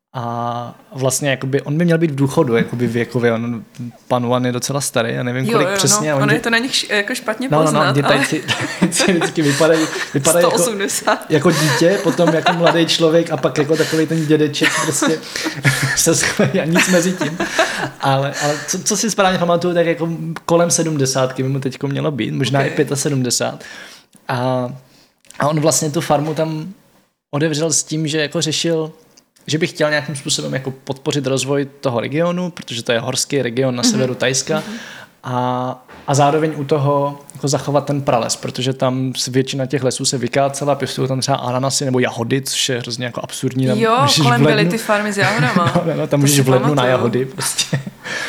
A vlastně jakoby, on by měl být v důchodu, jakoby věkově, on, pan Juan je docela starý, já nevím, jo, kolik jo, přesně. No, on ono dě... je to na nich jako špatně no, poznat, no, no, ale... tajci, tajci vždycky vypadají, vypadají sto osmdesát. Jako, jako dítě, potom jako mladý člověk a pak jako takový ten dědeček prostě se schlejí a nic mezi tím. Ale, ale co, co si správně pamatuju, tak jako kolem sedmdesátky by mu teďko mělo být, možná okay. i sedmdesát pět. A, a on vlastně tu farmu tam odevřel s tím, že jako řešil, že bych chtěl nějakým způsobem jako podpořit rozvoj toho regionu, protože to je horský region na severu Thajska a, a zároveň u toho jako zachovat ten prales, protože tam většina těch lesů se vykácela, pěstují tam třeba ananasy nebo jahody, což je hrozně jako absurdní. Tam jo, kolem lednu, byly ty farmy s jahodama. no, no, no, tam můžeš v lednu na jahody prostě.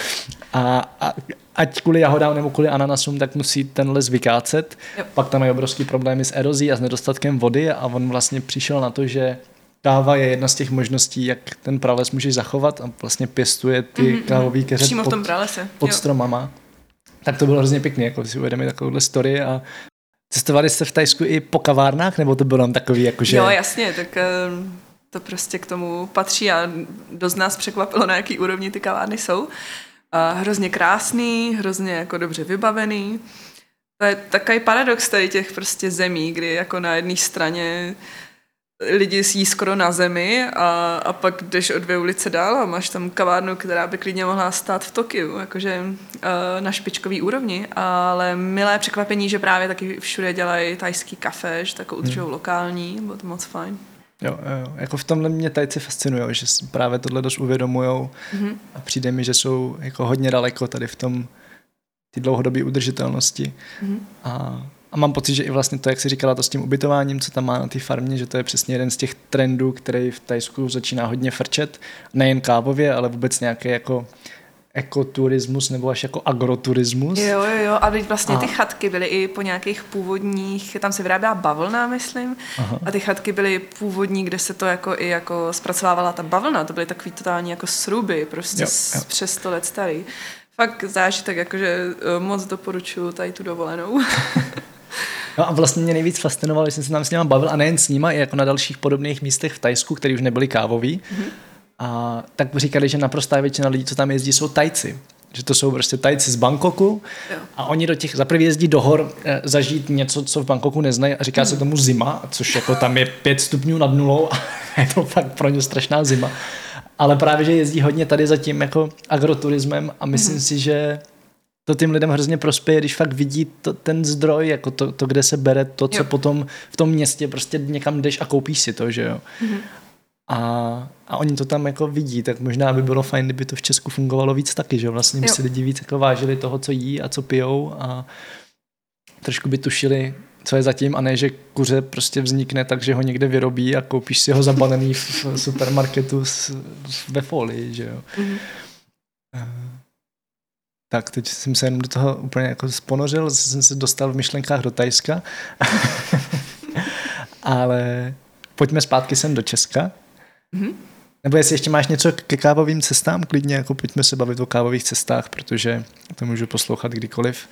A, a ať kvůli jahodám nebo kvůli ananasům, tak musí ten les vykácet. Jo. Pak tam mají obrovský problémy s erozí a s nedostatkem vody a on vlastně přišel na to, že káva je jedna z těch možností, jak ten prales můžeš zachovat a vlastně pěstuje ty mm-hmm. kávový keře pod, pod stromama. Tak to bylo hrozně pěkný, jako si uvědomit takovouhle story a cestovali jste v Thajsku i po kavárnách, nebo to bylo tam takový jakože... Jo, jasně, tak to prostě k tomu patří a dost nás překvapilo, na jaký úrovni ty kavárny jsou. A hrozně krásný, hrozně jako dobře vybavený. To je takový paradox tady těch prostě zemí, kdy jako na jedné straně lidi jí skoro na zemi a, a pak jdeš o dvě ulice dál a máš tam kavárnu, která by klidně mohla stát v Tokiu, jakože uh, na špičkový úrovni, ale milé překvapení, že právě taky všude dělají thajský kafe, že tak udržují hmm. lokální, bylo to moc fajn. Jo, jo, jako v tomhle mě Tajci fascinujou, že právě tohle dost uvědomujou mm-hmm. a přijde mi, že jsou jako hodně daleko tady v tom ty dlouhodobé udržitelnosti mm-hmm. a A mám pocit, že i vlastně to, jak jsi říkala, to s tím ubytováním, co tam má na té farmě, že to je přesně jeden z těch trendů, který v Thajsku začíná hodně frčet. Nejen kávově, ale vůbec nějaký jako ekoturismus nebo až jako agroturismus. Jo, jo, jo. A vlastně a... ty chatky byly i po nějakých původních, tam se vyráběla bavlna, myslím. Aha. A ty chatky byly původní, kde se to jako i jako zpracovávala ta bavlna. To byly takový totální jako sruby, prostě jo, jo. přes sto let starý. Fakt zážitek, jakože moc doporučuji tady tu dovolenou. No a vlastně mě nejvíc fascinovalo, že jsem se tam s nima bavil a nejen s nima, i jako na dalších podobných místech v Thajsku, které už nebyly kávoví. Mm-hmm. A tak říkali, že naprostá většina lidí, co tam jezdí, jsou Thajci. Že to jsou prostě Thajci z Bangkoku jo. a oni do těch, zaprvé jezdí do hor e, zažít něco, co v Bangkoku neznají a říká mm. se tomu zima, což jako tam je pět stupňů nad nulou a je to fakt pro ně strašná zima. Ale právě, že jezdí hodně tady za tím jako agroturismem a myslím mm. si, že to tím lidem hrozně prospěje, když fakt vidí to, ten zdroj, jako to, to, kde se bere to, co jo. potom v tom městě prostě někam jdeš a koupíš si to, že jo. Mm-hmm. A, a oni to tam jako vidí, tak možná by bylo fajn, kdyby to v Česku fungovalo víc taky, že vlastně by si lidi víc jako vážili toho, co jí a co pijou a trošku by tušili, co je zatím a ne, že kuře prostě vznikne tak, že ho někde vyrobí a koupíš si ho zabalený v supermarketu ve folii, že jo. Mm-hmm. Tak, teď jsem se jenom do toho úplně jako ponořil, jsem se dostal v myšlenkách do Thajska. Ale pojďme zpátky sem do Česka. Mm-hmm. Nebo jestli ještě máš něco ke kávovým cestám, klidně jako pojďme se bavit o kávových cestách, protože to můžu poslouchat kdykoliv.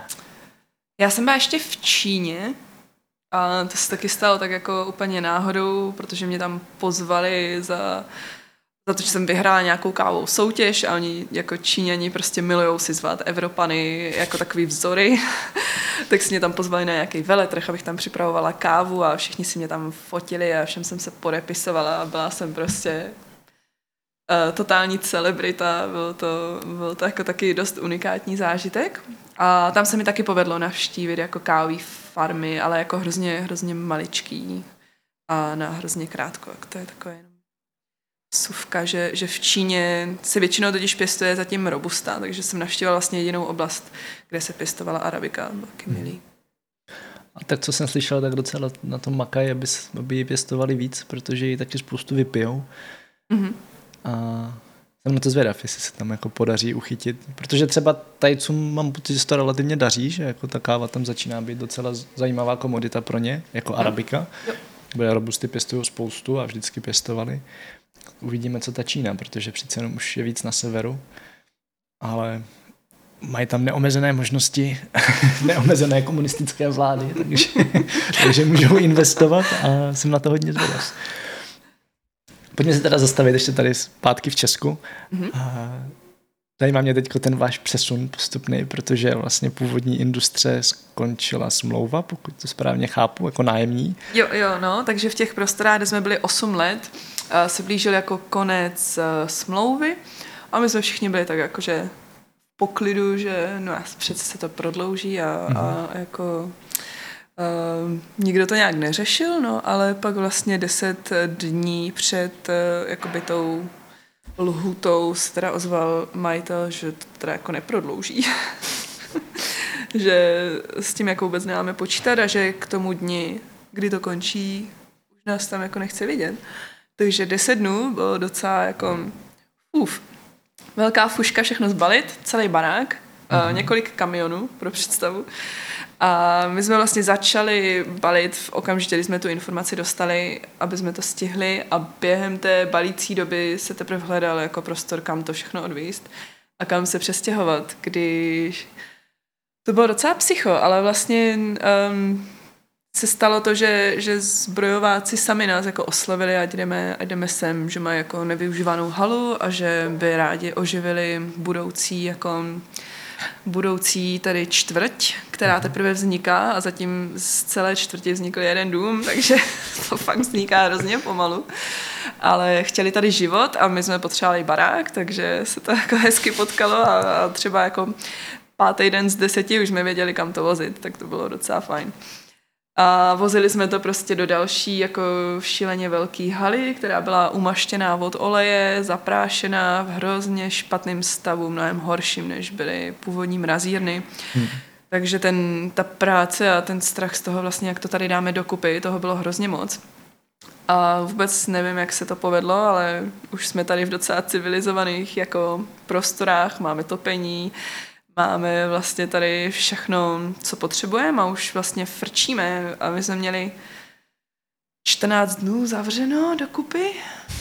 Já jsem byla ještě v Číně a to se taky stalo tak jako úplně náhodou, protože mě tam pozvali za, za to, že jsem vyhrála nějakou kávovou soutěž a oni jako Číňani prostě milujou si zvát Evropany jako takový vzory. Tak si mě tam pozvali na nějaký veletrh, abych tam připravovala kávu a všichni si mě tam fotili a všem jsem se podepisovala a byla jsem prostě uh, totální celebrita. Byl to, byl to jako taky dost unikátní zážitek. A tam se mi taky povedlo navštívit jako kávové farmy, ale jako hrozně, hrozně maličký a na hrozně krátko. To je takové jenom suvka, že, že v Číně se většinou totiž pěstuje zatím robusta, takže jsem navštívila vlastně jedinou oblast, kde se pěstovala arabika. Byl taky milý. A tak co jsem slyšel, tak docela na tom makají, aby, aby ji pěstovali víc, protože ji taky spoustu vypijou. Mm-hmm. A jsem na to zvědav, jestli se tam jako podaří uchytit. Protože třeba Tajcům mám pocit, že se to relativně daří, že jako ta káva tam začíná být docela zajímavá komodita pro ně, jako arabika. Jo. Bude robusty pěstují spoustu a vždycky pěstovali. Uvidíme, co ta Čína, protože přece jenom už je víc na severu, ale mají tam neomezené možnosti, neomezené komunistické vlády, takže, takže můžou investovat a jsem na to hodně zvědav. Pojďme se teda zastavit ještě tady zpátky v Česku. Mm-hmm. A tady mám mě teďko ten váš přesun postupný, protože vlastně původní industře skončila smlouva, pokud to správně chápu, jako nájemní. Jo, jo, no, takže v těch prostorách, kde jsme byli osm let, se blížil jako konec smlouvy a my jsme všichni byli tak jakože v poklidu, že no přece se to prodlouží a, mm-hmm. a jako Uh, nikdo to nějak neřešil, no, ale pak vlastně deset dní před uh, jakoby tou lhutou se teda ozval majitel, že to teda jako neprodlouží. Že s tím jako vůbec nemáme počítat a že k tomu dni, kdy to končí, už nás tam jako nechce vidět. Takže deset dnů bylo docela jako uf, velká fuška všechno zbalit, celý barák, uh, několik kamionů pro představu. A my jsme vlastně začali balit v okamžitě, kdy jsme tu informaci dostali, aby jsme to stihli a během té balící doby se teprve hledal jako prostor, kam to všechno odvízt a kam se přestěhovat, když to bylo docela psycho, ale vlastně um, se stalo to, že, že zbrojováci sami nás jako oslovili, ať jdeme, ať jdeme sem, že mají jako nevyužívanou halu a že by rádi oživili budoucí jako budoucí tady čtvrť, která teprve vzniká a zatím z celé čtvrti vznikl jeden dům, takže to fakt vzniká hrozně pomalu. Ale chtěli tady život a my jsme potřebovali barák, takže se to jako hezky potkalo a, a třeba jako pátý den z deseti už jsme věděli, kam to vozit, tak to bylo docela fajn. A vozili jsme to prostě do další jako šíleně velký haly, která byla umaštěná od oleje, zaprášená v hrozně špatném stavu, mnohem horším, než byly původní mrazírny. Hmm. Takže ten, ta práce a ten strach z toho vlastně, jak to tady dáme dokupy, toho bylo hrozně moc. A vůbec nevím, jak se to povedlo, ale už jsme tady v docela civilizovaných jako prostorách, máme topení, máme vlastně tady všechno, co potřebujeme a už vlastně frčíme a my jsme měli čtrnáct dnů zavřeno dokupy.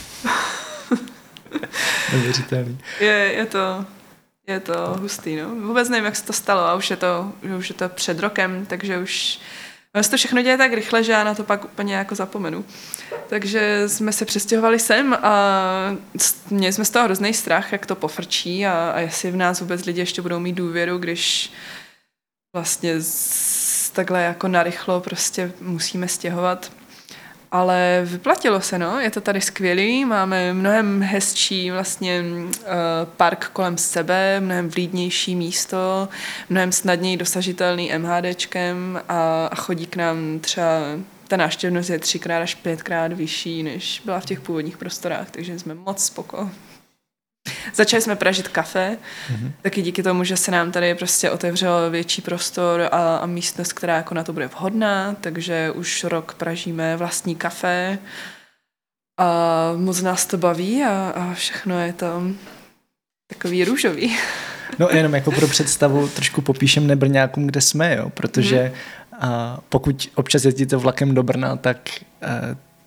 Neuvěřitelný. Je, je to, je to hustý, no. Vůbec nevím, jak se to stalo a už je to, už je to před rokem, takže už no, se to všechno děje tak rychle, že já na to pak úplně jako zapomenu. Takže jsme se přestěhovali sem a měli jsme z toho hrozný strach, jak to pofrčí a, a jestli v nás vůbec lidi ještě budou mít důvěru, když vlastně z, takhle jako narychlo prostě musíme stěhovat. Ale vyplatilo se, no, je to tady skvělý, máme mnohem hezčí vlastně uh, park kolem sebe, mnohem vlídnější místo, mnohem snadněji dosažitelný MHDčkem a, a chodí k nám třeba, ta návštěvnost je třikrát až pětkrát vyšší, než byla v těch původních prostorách, takže jsme moc spoko. Začali jsme pražit kafe, mm-hmm. taky díky tomu, že se nám tady prostě otevřel větší prostor a, a místnost, která jako na to bude vhodná, takže už rok pražíme vlastní kafe a moc nás to baví a, a všechno je to takový růžový. No jenom jako pro představu trošku popíšem Nebrňákům, kde jsme, jo, protože mm. a pokud občas jezdíte vlakem do Brna, tak a,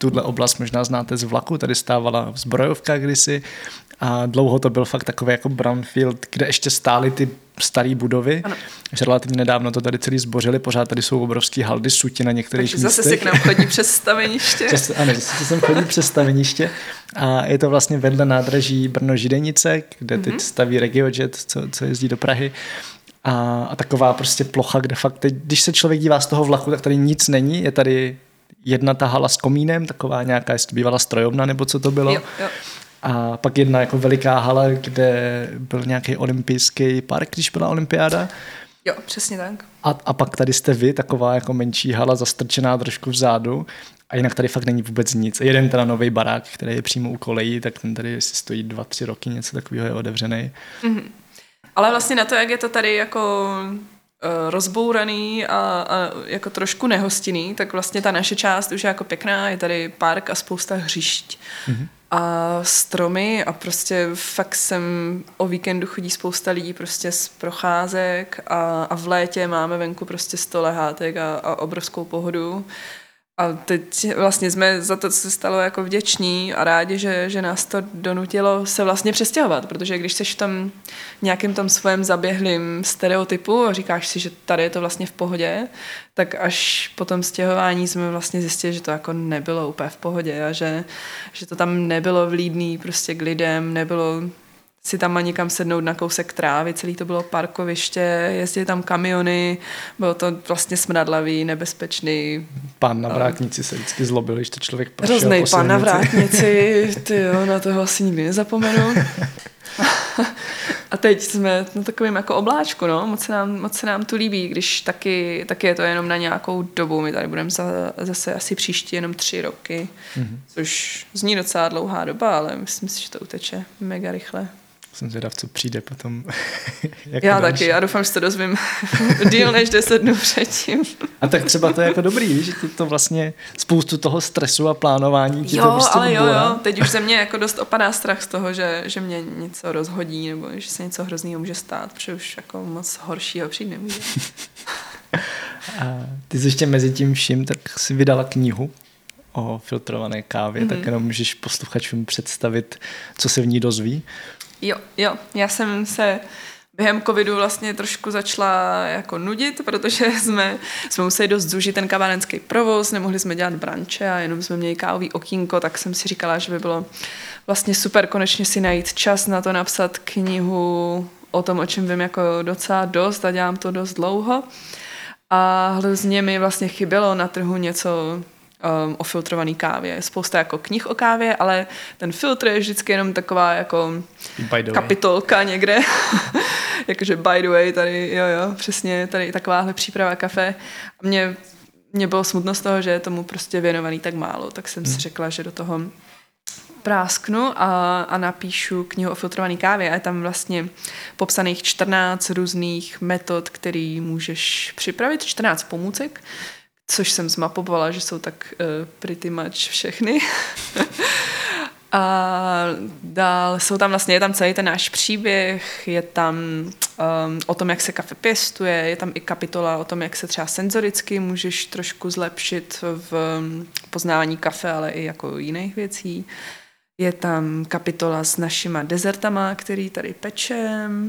tuhle oblast možná znáte z vlaku, tady stávala zbrojovka kdysi a dlouho to byl fakt takový jako brownfield, kde ještě stály ty staré budovy. Ano. Že relativně nedávno to tady celý zbořili, pořád tady jsou obrovský haldy suti na některých Takže místech. zase si k nám chodí přes staveniště. Zase, ano, zase sem chodí přes staveniště a je to vlastně vedle nádraží Brno-Židenice, kde mm-hmm. teď staví RegioJet, co, co jezdí do Prahy. A, a taková prostě plocha, kde fakt, teď, když se člověk dívá z toho vlaku, tak tady nic není, je tady jedna ta hala s komínem, taková nějaká, jestli to bývala strojovna, nebo co to bylo. Jo, jo. A pak jedna jako veliká hala, kde byl nějaký olympijský park, když byla olympiáda. Jo, přesně tak. A, a pak tady jste vy, taková jako menší hala, zastrčená trošku vzadu. A jinak tady fakt není vůbec nic. Jeden teda nový barák, který je přímo u kolejí, tak ten tady stojí dva, tři roky, něco takového je otevřený. Mm-hmm. Ale vlastně na to, jak je to tady jako uh, rozbouraný a, a jako trošku nehostinný, tak vlastně ta naše část už je jako pěkná, je tady park a spousta hřišť. Mm-hmm. A stromy a prostě fakt sem o víkendu chodí spousta lidí prostě z procházek a, a v létě máme venku prostě sto lehátek a, a obrovskou pohodu. A teď vlastně jsme za to, co se stalo, jako vděční a rádi, že, že nás to donutilo se vlastně přestěhovat, protože když jsi v tom nějakým tom svém zaběhlým stereotypu a říkáš si, že tady je to vlastně v pohodě, tak až po tom stěhování jsme vlastně zjistili, že to jako nebylo úplně v pohodě a že, že to tam nebylo vlídný prostě k lidem, nebylo si tam ani kam sednout na kousek trávy, celý to bylo parkoviště, jezdili tam kamiony, bylo to vlastně smradlavý, nebezpečný. Pán na vrátnici se vždycky zlobil, když to člověk prošel po silnici. Hroznej pán na vrátnici, tyjo, na toho asi nikdy nezapomenu. A teď jsme na takovém jako obláčku, no, moc se nám, moc se nám tu líbí, když taky, taky je to jenom na nějakou dobu, my tady budeme za, zase asi příští jenom tři roky, mm-hmm. což zní docela dlouhá doba, ale myslím si, že to uteče mega rychle. Jsem zvědav, co přijde potom. Jako já další. Taky, já doufám, že to dozvím díl než deset dnů předtím. A tak třeba to je jako dobrý, že ti to vlastně spoustu toho stresu a plánování ti jo, to prostě ale jo, odbourá. jo, teď už ze mě jako dost opadá strach z toho, že, že mě něco rozhodí nebo že se něco hroznýho může stát, protože už jako moc horšího přijít nemůže. A ty jsi ještě mezi tím vším, tak si vydala knihu o filtrované kávě, mm-hmm. tak jenom můžeš posluchačům představit, co se v ní dozví. Jo, jo, já jsem se během covidu vlastně trošku začala jako nudit, protože jsme, jsme museli dost zúžit ten kavárenský provoz, nemohli jsme dělat branče a jenom jsme měli kávový okýnko, tak jsem si říkala, že by bylo vlastně super konečně si najít čas na to napsat knihu o tom, o čem vím jako docela dost a dělám to dost dlouho. A hrozně mi vlastně chybělo na trhu něco Um, o filtrované kávě. Spousta jako knih o kávě, ale ten filtr je vždycky jenom taková jako kapitolka někde. Jakože by the way, tady, jo, jo, přesně, tady takováhle příprava kafe. A mě, mě bylo smutno z toho, že je tomu prostě věnovaný tak málo, tak jsem hmm. si řekla, že do toho prásknu a, a napíšu knihu o filtrované kávě a je tam vlastně popsaných čtrnáct různých metod, který můžeš připravit, čtrnáct pomůcek, což jsem zmapovala, že jsou tak uh, pretty much všechny. A dál jsou tam vlastně, je tam celý ten náš příběh, je tam um, o tom, jak se kafe pěstuje, je tam i kapitola o tom, jak se třeba senzoricky můžeš trošku zlepšit v poznávání kafe, ale i jako jiných věcí. Je tam kapitola s našima dezertama, který tady pečem.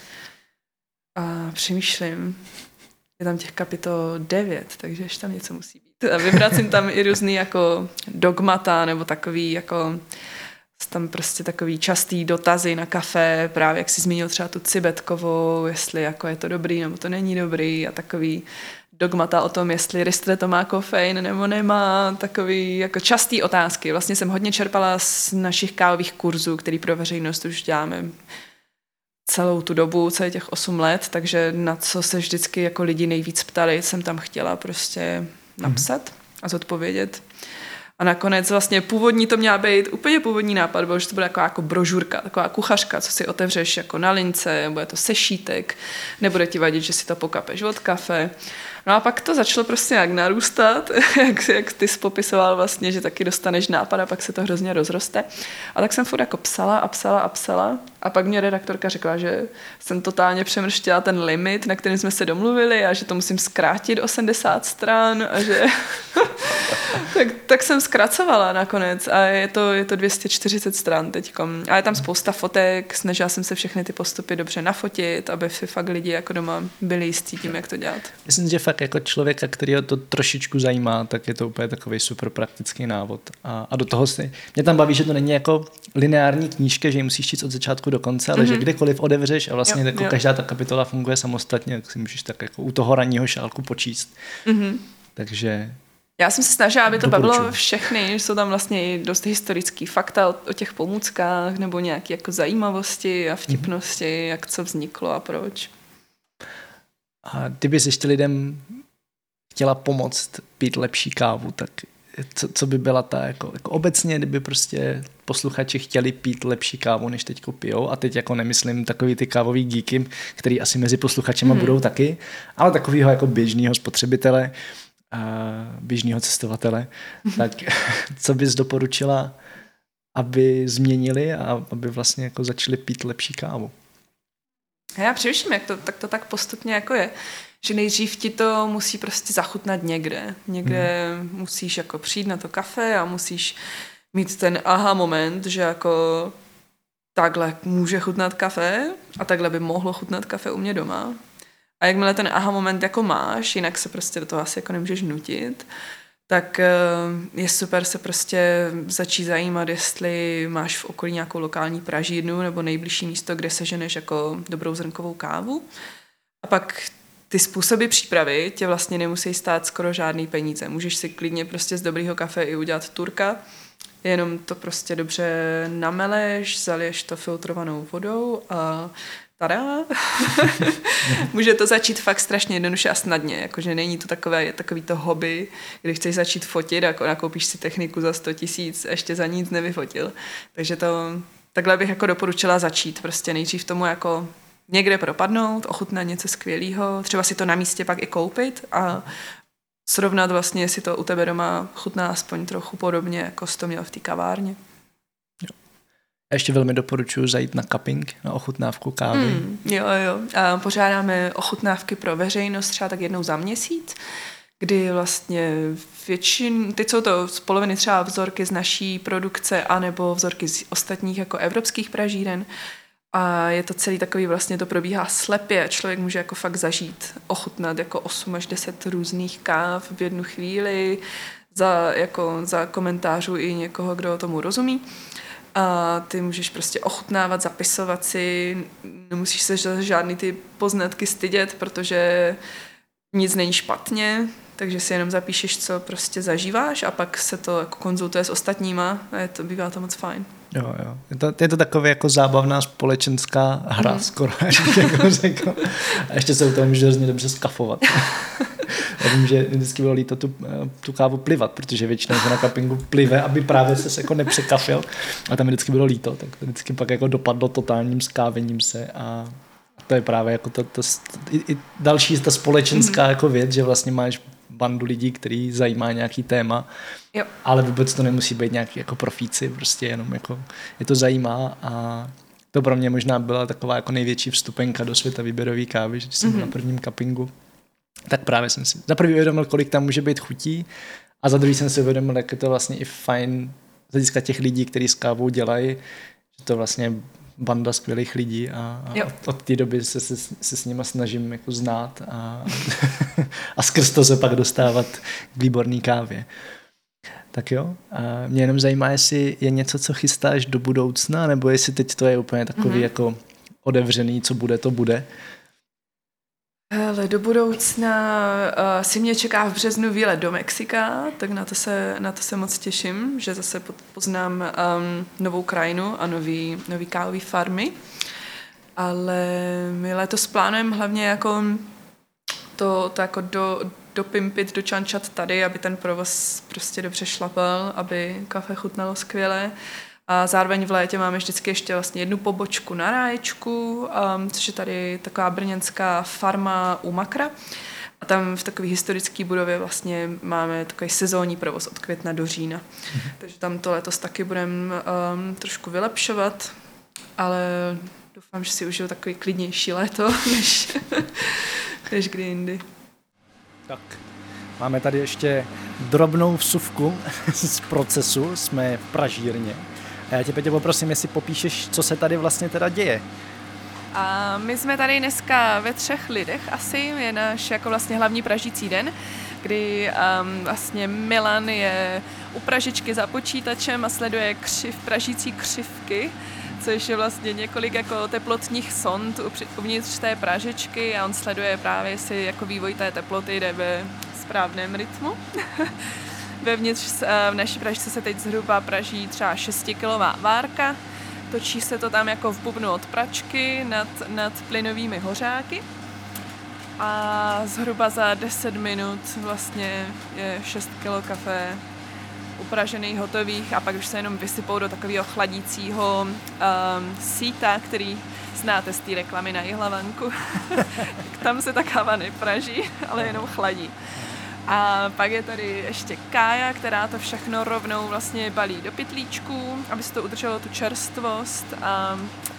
A přemýšlím, je tam těch kapitol devět, takže ještě tam něco musí být. A vyvracím tam i různý jako dogmata, nebo takový jako tam prostě takový častý dotazy na kafe, právě jak jsi zmínil třeba tu cibetkovou, jestli jako je to dobrý, nebo to není dobrý a takový dogmata o tom, jestli ristretto má kofein nebo nemá, takový jako častý otázky. Vlastně jsem hodně čerpala z našich kávových kurzů, který pro veřejnost už děláme celou tu dobu, celý těch osm let, takže na co se vždycky jako lidi nejvíc ptali, jsem tam chtěla prostě napsat mm. a zodpovědět. A nakonec vlastně původní to měla být, úplně původní nápad byl, že to bude taková jako brožurka, taková kuchařka, co si otevřeš jako na lince, bude to sešítek, nebude ti vadit, že si to pokapeš od kafe. No a pak to začalo prostě nějak narůstat, jak, jak ty jsi popisoval vlastně, že taky dostaneš nápad a pak se to hrozně rozroste. A tak jsem furt jako psala a psala a psala. A pak mě redaktorka řekla, že jsem totálně přemrštěla ten limit, na kterým jsme se domluvili a že to musím zkrátit osmdesát stran a že... tak, tak jsem zkracovala nakonec a je to, je to dvě stě čtyřicet stran teďkom. A je tam spousta fotek, snažila jsem se všechny ty postupy dobře nafotit, aby si fakt lidi jako doma byli jistí tím, jak to dělat. Myslím, že fakt jako člověka, kterýho to trošičku zajímá, tak je to úplně takový super praktický návod. A, a do toho si... Mě tam baví, že to není jako lineární knížka, že ji musíš číst od začátku do konce, ale mm-hmm. že kdykoliv odevřeš a vlastně jo, jako jo. každá ta kapitola funguje samostatně, tak si můžeš tak jako u toho ranního šálku počíst. Mm-hmm. Takže... Já jsem se snažila, aby to bavilo všechny, že jsou tam vlastně i dost historický fakta o, o těch pomůckách nebo nějaké jako zajímavosti a vtipnosti, mm-hmm. jak co vzniklo a proč. A kdybys ještě lidem chtěla pomoct pít lepší kávu, tak co, co by byla ta, jako, jako obecně, kdyby prostě posluchači chtěli pít lepší kávu, než teďko pijou, a teď jako nemyslím takový ty kávový geeky, který asi mezi posluchačema mm. budou taky, ale takovýho jako běžného spotřebitele, běžného cestovatele, tak co bys doporučila, aby změnili a aby vlastně jako začali pít lepší kávu? Já především, jak to tak, to tak postupně jako je, že nejdřív ti to musí prostě zachutnat někde. Někde hmm. musíš jako přijít na to kafe a musíš mít ten aha moment, že jako takhle může chutnat kafe a takhle by mohlo chutnat kafe u mě doma. A jakmile ten aha moment jako máš, jinak se prostě do toho asi jako nemůžeš nutit, tak je super se prostě začít zajímat, jestli máš v okolí nějakou lokální pražírnu nebo nejbližší místo, kde seženeš jako dobrou zrnkovou kávu. A pak ty způsoby přípravy tě vlastně nemusí stát skoro žádný peníze. Můžeš si klidně prostě z dobrýho kafe i udělat turka, jenom to prostě dobře nameleš, zaliješ to filtrovanou vodou a tada. Může to začít fakt strašně jednoduše a snadně, jakože není to takové, takový to hobby, kdy chceš začít fotit a nakoupíš si techniku za sto tisíc a ještě za nic nevyfotil. Takže to, takhle bych jako doporučila začít, prostě nejdřív tomu jako někde propadnout, ochutnat něco skvělého, třeba si to na místě pak i koupit a srovnat vlastně, jestli to u tebe doma chutná aspoň trochu podobně, jako jsi to měl v té kavárně. Já ještě velmi doporučuji zajít na cupping, na ochutnávku kávy. Mm, jo, jo. A pořádáme ochutnávky pro veřejnost třeba tak jednou za měsíc, kdy vlastně většin, teď jsou to z poloviny třeba vzorky z naší produkce anebo vzorky z ostatních jako evropských pražíren. A je to celý takový, vlastně to probíhá slepě. Člověk může jako fakt zažít, ochutnat jako osm až deset různých káv v jednu chvíli za, jako, za komentářů i někoho, kdo tomu rozumí. A ty můžeš prostě ochutnávat, zapisovat si, nemusíš se za žádný ty poznatky stydět, protože nic není špatně, takže si jenom zapíšeš, co prostě zažíváš a pak se to jako konzultuje s ostatníma a je to, bývá to moc fajn. Jo, jo. Je to, je to taková jako zábavná společenská hra, mm. skoro, jako řekl. A ještě se u toho může hrozně dobře skafovat. Já vím, že vždycky bylo líto tu, tu kávu plivat, protože většinou se na cuppingu plive, aby právě se jako nepřekafil. A tam vždycky bylo líto, tak to vždycky pak jako dopadlo totálním skávením se a to je právě jako to, to, i, i další ta společenská mm. jako věc, že vlastně máš bandu lidí, který zajímá nějaký téma, jo. ale vůbec to nemusí být nějaký jako profíci, prostě jenom jako je to zajímá a to pro mě možná byla taková jako největší vstupenka do světa výběrové kávy, že jsem mm-hmm. byl na prvním cuppingu, tak právě jsem si za prvý uvědomil, kolik tam může být chutí a za druhý jsem si uvědomil, jak je to vlastně i fajn z hlediska těch lidí, kteří s kávou dělají, že to vlastně banda skvělých lidí a, a od té doby se, se, se s nima snažím jako znát a, a skrz to se pak dostávat k výborný kávě. Tak jo, a mě jenom zajímá, jestli je něco, co chystáš do budoucna, nebo jestli teď to je úplně takový mm-hmm. jako otevřený, co bude, to bude. Hele, do budoucna uh, si mě čeká v březnu výlet do Mexika, tak na to se, na to se moc těším, že zase poznám um, novou krajinu a nový, nový kávový farmy. Ale my letos plánujeme hlavně jako to, to jako do, dopimpit, dočančat tady, aby ten provoz prostě dobře šlapal, aby kafe chutnalo skvěle. A zároveň v létě máme vždycky ještě vlastně jednu pobočku na Ráječku, um, což je tady taková brněnská farma u Makra. A tam v takové historické budově vlastně máme takový sezónní provoz od května do října. Mm-hmm. Takže tam to letos taky budeme um, trošku vylepšovat. ale doufám, že si užiju takový klidnější léto, než, než kdy jindy. Tak, máme tady ještě drobnou vsuvku z procesu, jsme v pražírně. A já tě, Petě, poprosím, jestli popíšeš, co se tady vlastně teda děje. A my jsme tady dneska ve třech lidech asi, je náš jako vlastně hlavní pražící den, kdy um, vlastně Milan je u pražičky za počítačem a sleduje křiv, pražící křivky, což je vlastně několik jako teplotních sond uvnitř té pražičky a on sleduje právě, jestli jako vývoj té teploty jde ve správném rytmu. Vevnitř v naší pražce se teď zhruba praží třeba šestikilová várka, točí se to tam jako v bubnu od pračky nad, nad plynovými hořáky a zhruba za deset minut vlastně je šest kilo kafe upražených, hotových a pak už se jenom vysypou do takového chladícího um, síta, který znáte z té reklamy na Jihlavanku. Tam se ta káva nepraží, ale jenom chladí. A pak je tady ještě Kája, která to všechno rovnou vlastně balí do pytlíčků, aby se to udrželo tu čerstvost a, a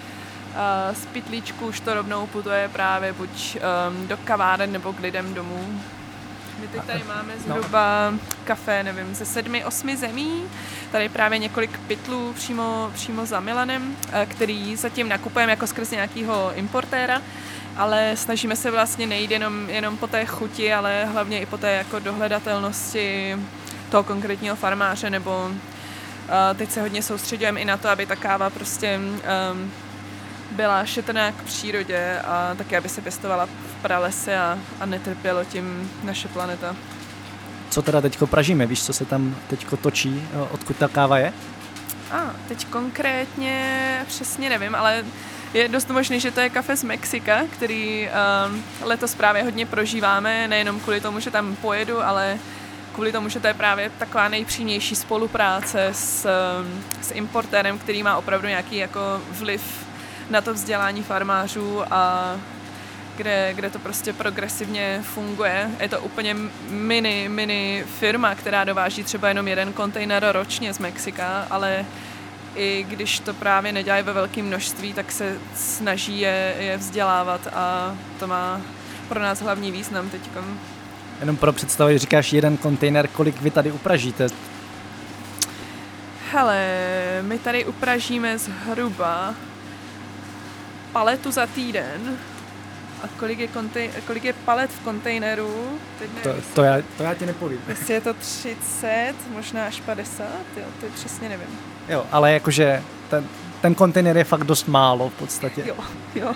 z pytlíčků už to rovnou putuje právě buď um, do kaváren nebo k lidem domů. My teď tady máme zhruba kafe, nevím, ze sedmi, osmi zemí. Tady právě několik pytlů přímo, přímo za Milanem, který zatím nakupujeme jako skrz nějakého importéra, ale snažíme se vlastně nejít jenom, jenom po té chuti, ale hlavně i po té jako dohledatelnosti toho konkrétního farmáře, nebo uh, teď se hodně soustředujeme i na to, aby ta káva prostě um, byla šetrná k přírodě a taky, aby se pěstovala v pralese a, a netrpělo tím naše planeta. Co teda teďko pražíme? Víš, co se tam teďko točí? Odkud ta káva je? A ah, teď konkrétně přesně nevím, ale je dost možný, že to je kafe z Mexika, který um, letos právě hodně prožíváme, nejenom kvůli tomu, že tam pojedu, ale kvůli tomu, že to je právě taková nejpřímější spolupráce s, um, s importérem, který má opravdu nějaký jako vliv na to vzdělání farmářů a kde, kde to prostě progresivně funguje. Je to úplně mini, mini firma, která dováží třeba jenom jeden kontejner ročně z Mexika, ale i když to právě nedělají ve velkém množství, tak se snaží je, je vzdělávat a to má pro nás hlavní význam teďkom. Jenom pro představu, říkáš jeden kontejner, kolik vy tady upražíte? Hele, my tady upražíme zhruba paletu za týden. A kolik je, kontej, kolik je palet v kontejneru? Teď to, to, já, to já ti nepovím. Jestli je to třicet, možná až padesát, jo, to přesně nevím. Jo, ale jakože ten, ten kontejner je fakt dost málo v podstatě. Jo, jo.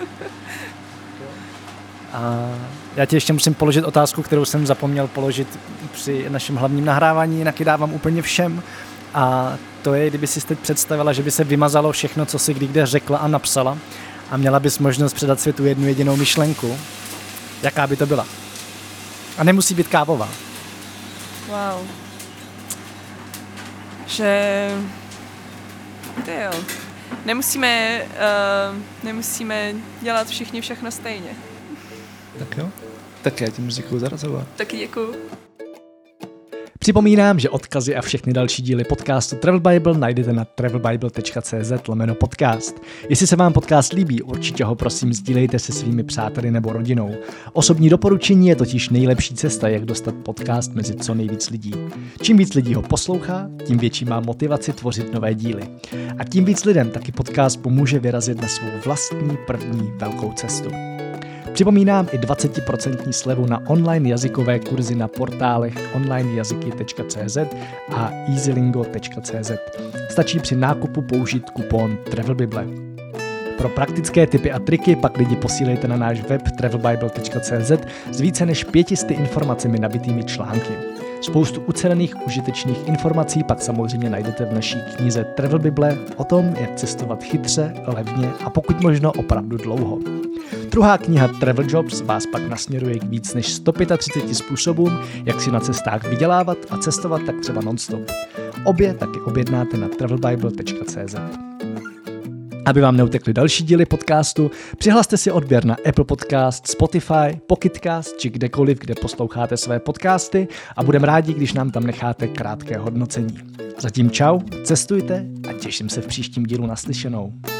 A já ti ještě musím položit otázku, kterou jsem zapomněl položit při našem hlavním nahrávání, jinak ji dávám úplně všem. A to je, kdyby si teď představila, že by se vymazalo všechno, co si kdy kde řekla a napsala a měla bys možnost předat světu jednu jedinou myšlenku, jaká by to byla? A nemusí být kávová. Wow. Že... Tyjo. Nemusíme, uh, nemusíme dělat všichni všechno stejně. Tak jo. Tak já ti muziku zarazovat. Taky děkuju. Připomínám, že odkazy a všechny další díly podcastu Travel Bible najdete na travelbible tečka cz lomeno podcast. Jestli se vám podcast líbí, určitě ho prosím sdílejte se svými přáteli nebo rodinou. Osobní doporučení je totiž nejlepší cesta, jak dostat podcast mezi co nejvíc lidí. Čím víc lidí ho poslouchá, tím větší má motivaci tvořit nové díly. A tím víc lidem taky podcast pomůže vyrazit na svou vlastní první velkou cestu. Připomínám i dvacet procent slevu na online jazykové kurzy na portálech onlinejazyky tečka cz a easylingo tečka cz. Stačí při nákupu použít kupon TravelBible. Pro praktické tipy a triky pak lidi posílejte na náš web travelbible tečka cz s více než pětisty informacemi nabitými články. Spoustu ucelených užitečných informací pak samozřejmě najdete v naší knize Travel Bible o tom, jak cestovat chytře, levně a pokud možno opravdu dlouho. Druhá kniha Travel Jobs vás pak nasměruje k víc než sto třiceti pěti způsobům, jak si na cestách vydělávat a cestovat tak třeba non-stop. Obě taky objednáte na travelbible tečka cz. Aby vám neutekly další díly podcastu, přihlaste si odběr na Apple Podcast, Spotify, Pocketcast či kdekoliv, kde posloucháte své podcasty a budeme rádi, když nám tam necháte krátké hodnocení. Zatím čau, cestujte a těším se v příštím dílu naslyšenou.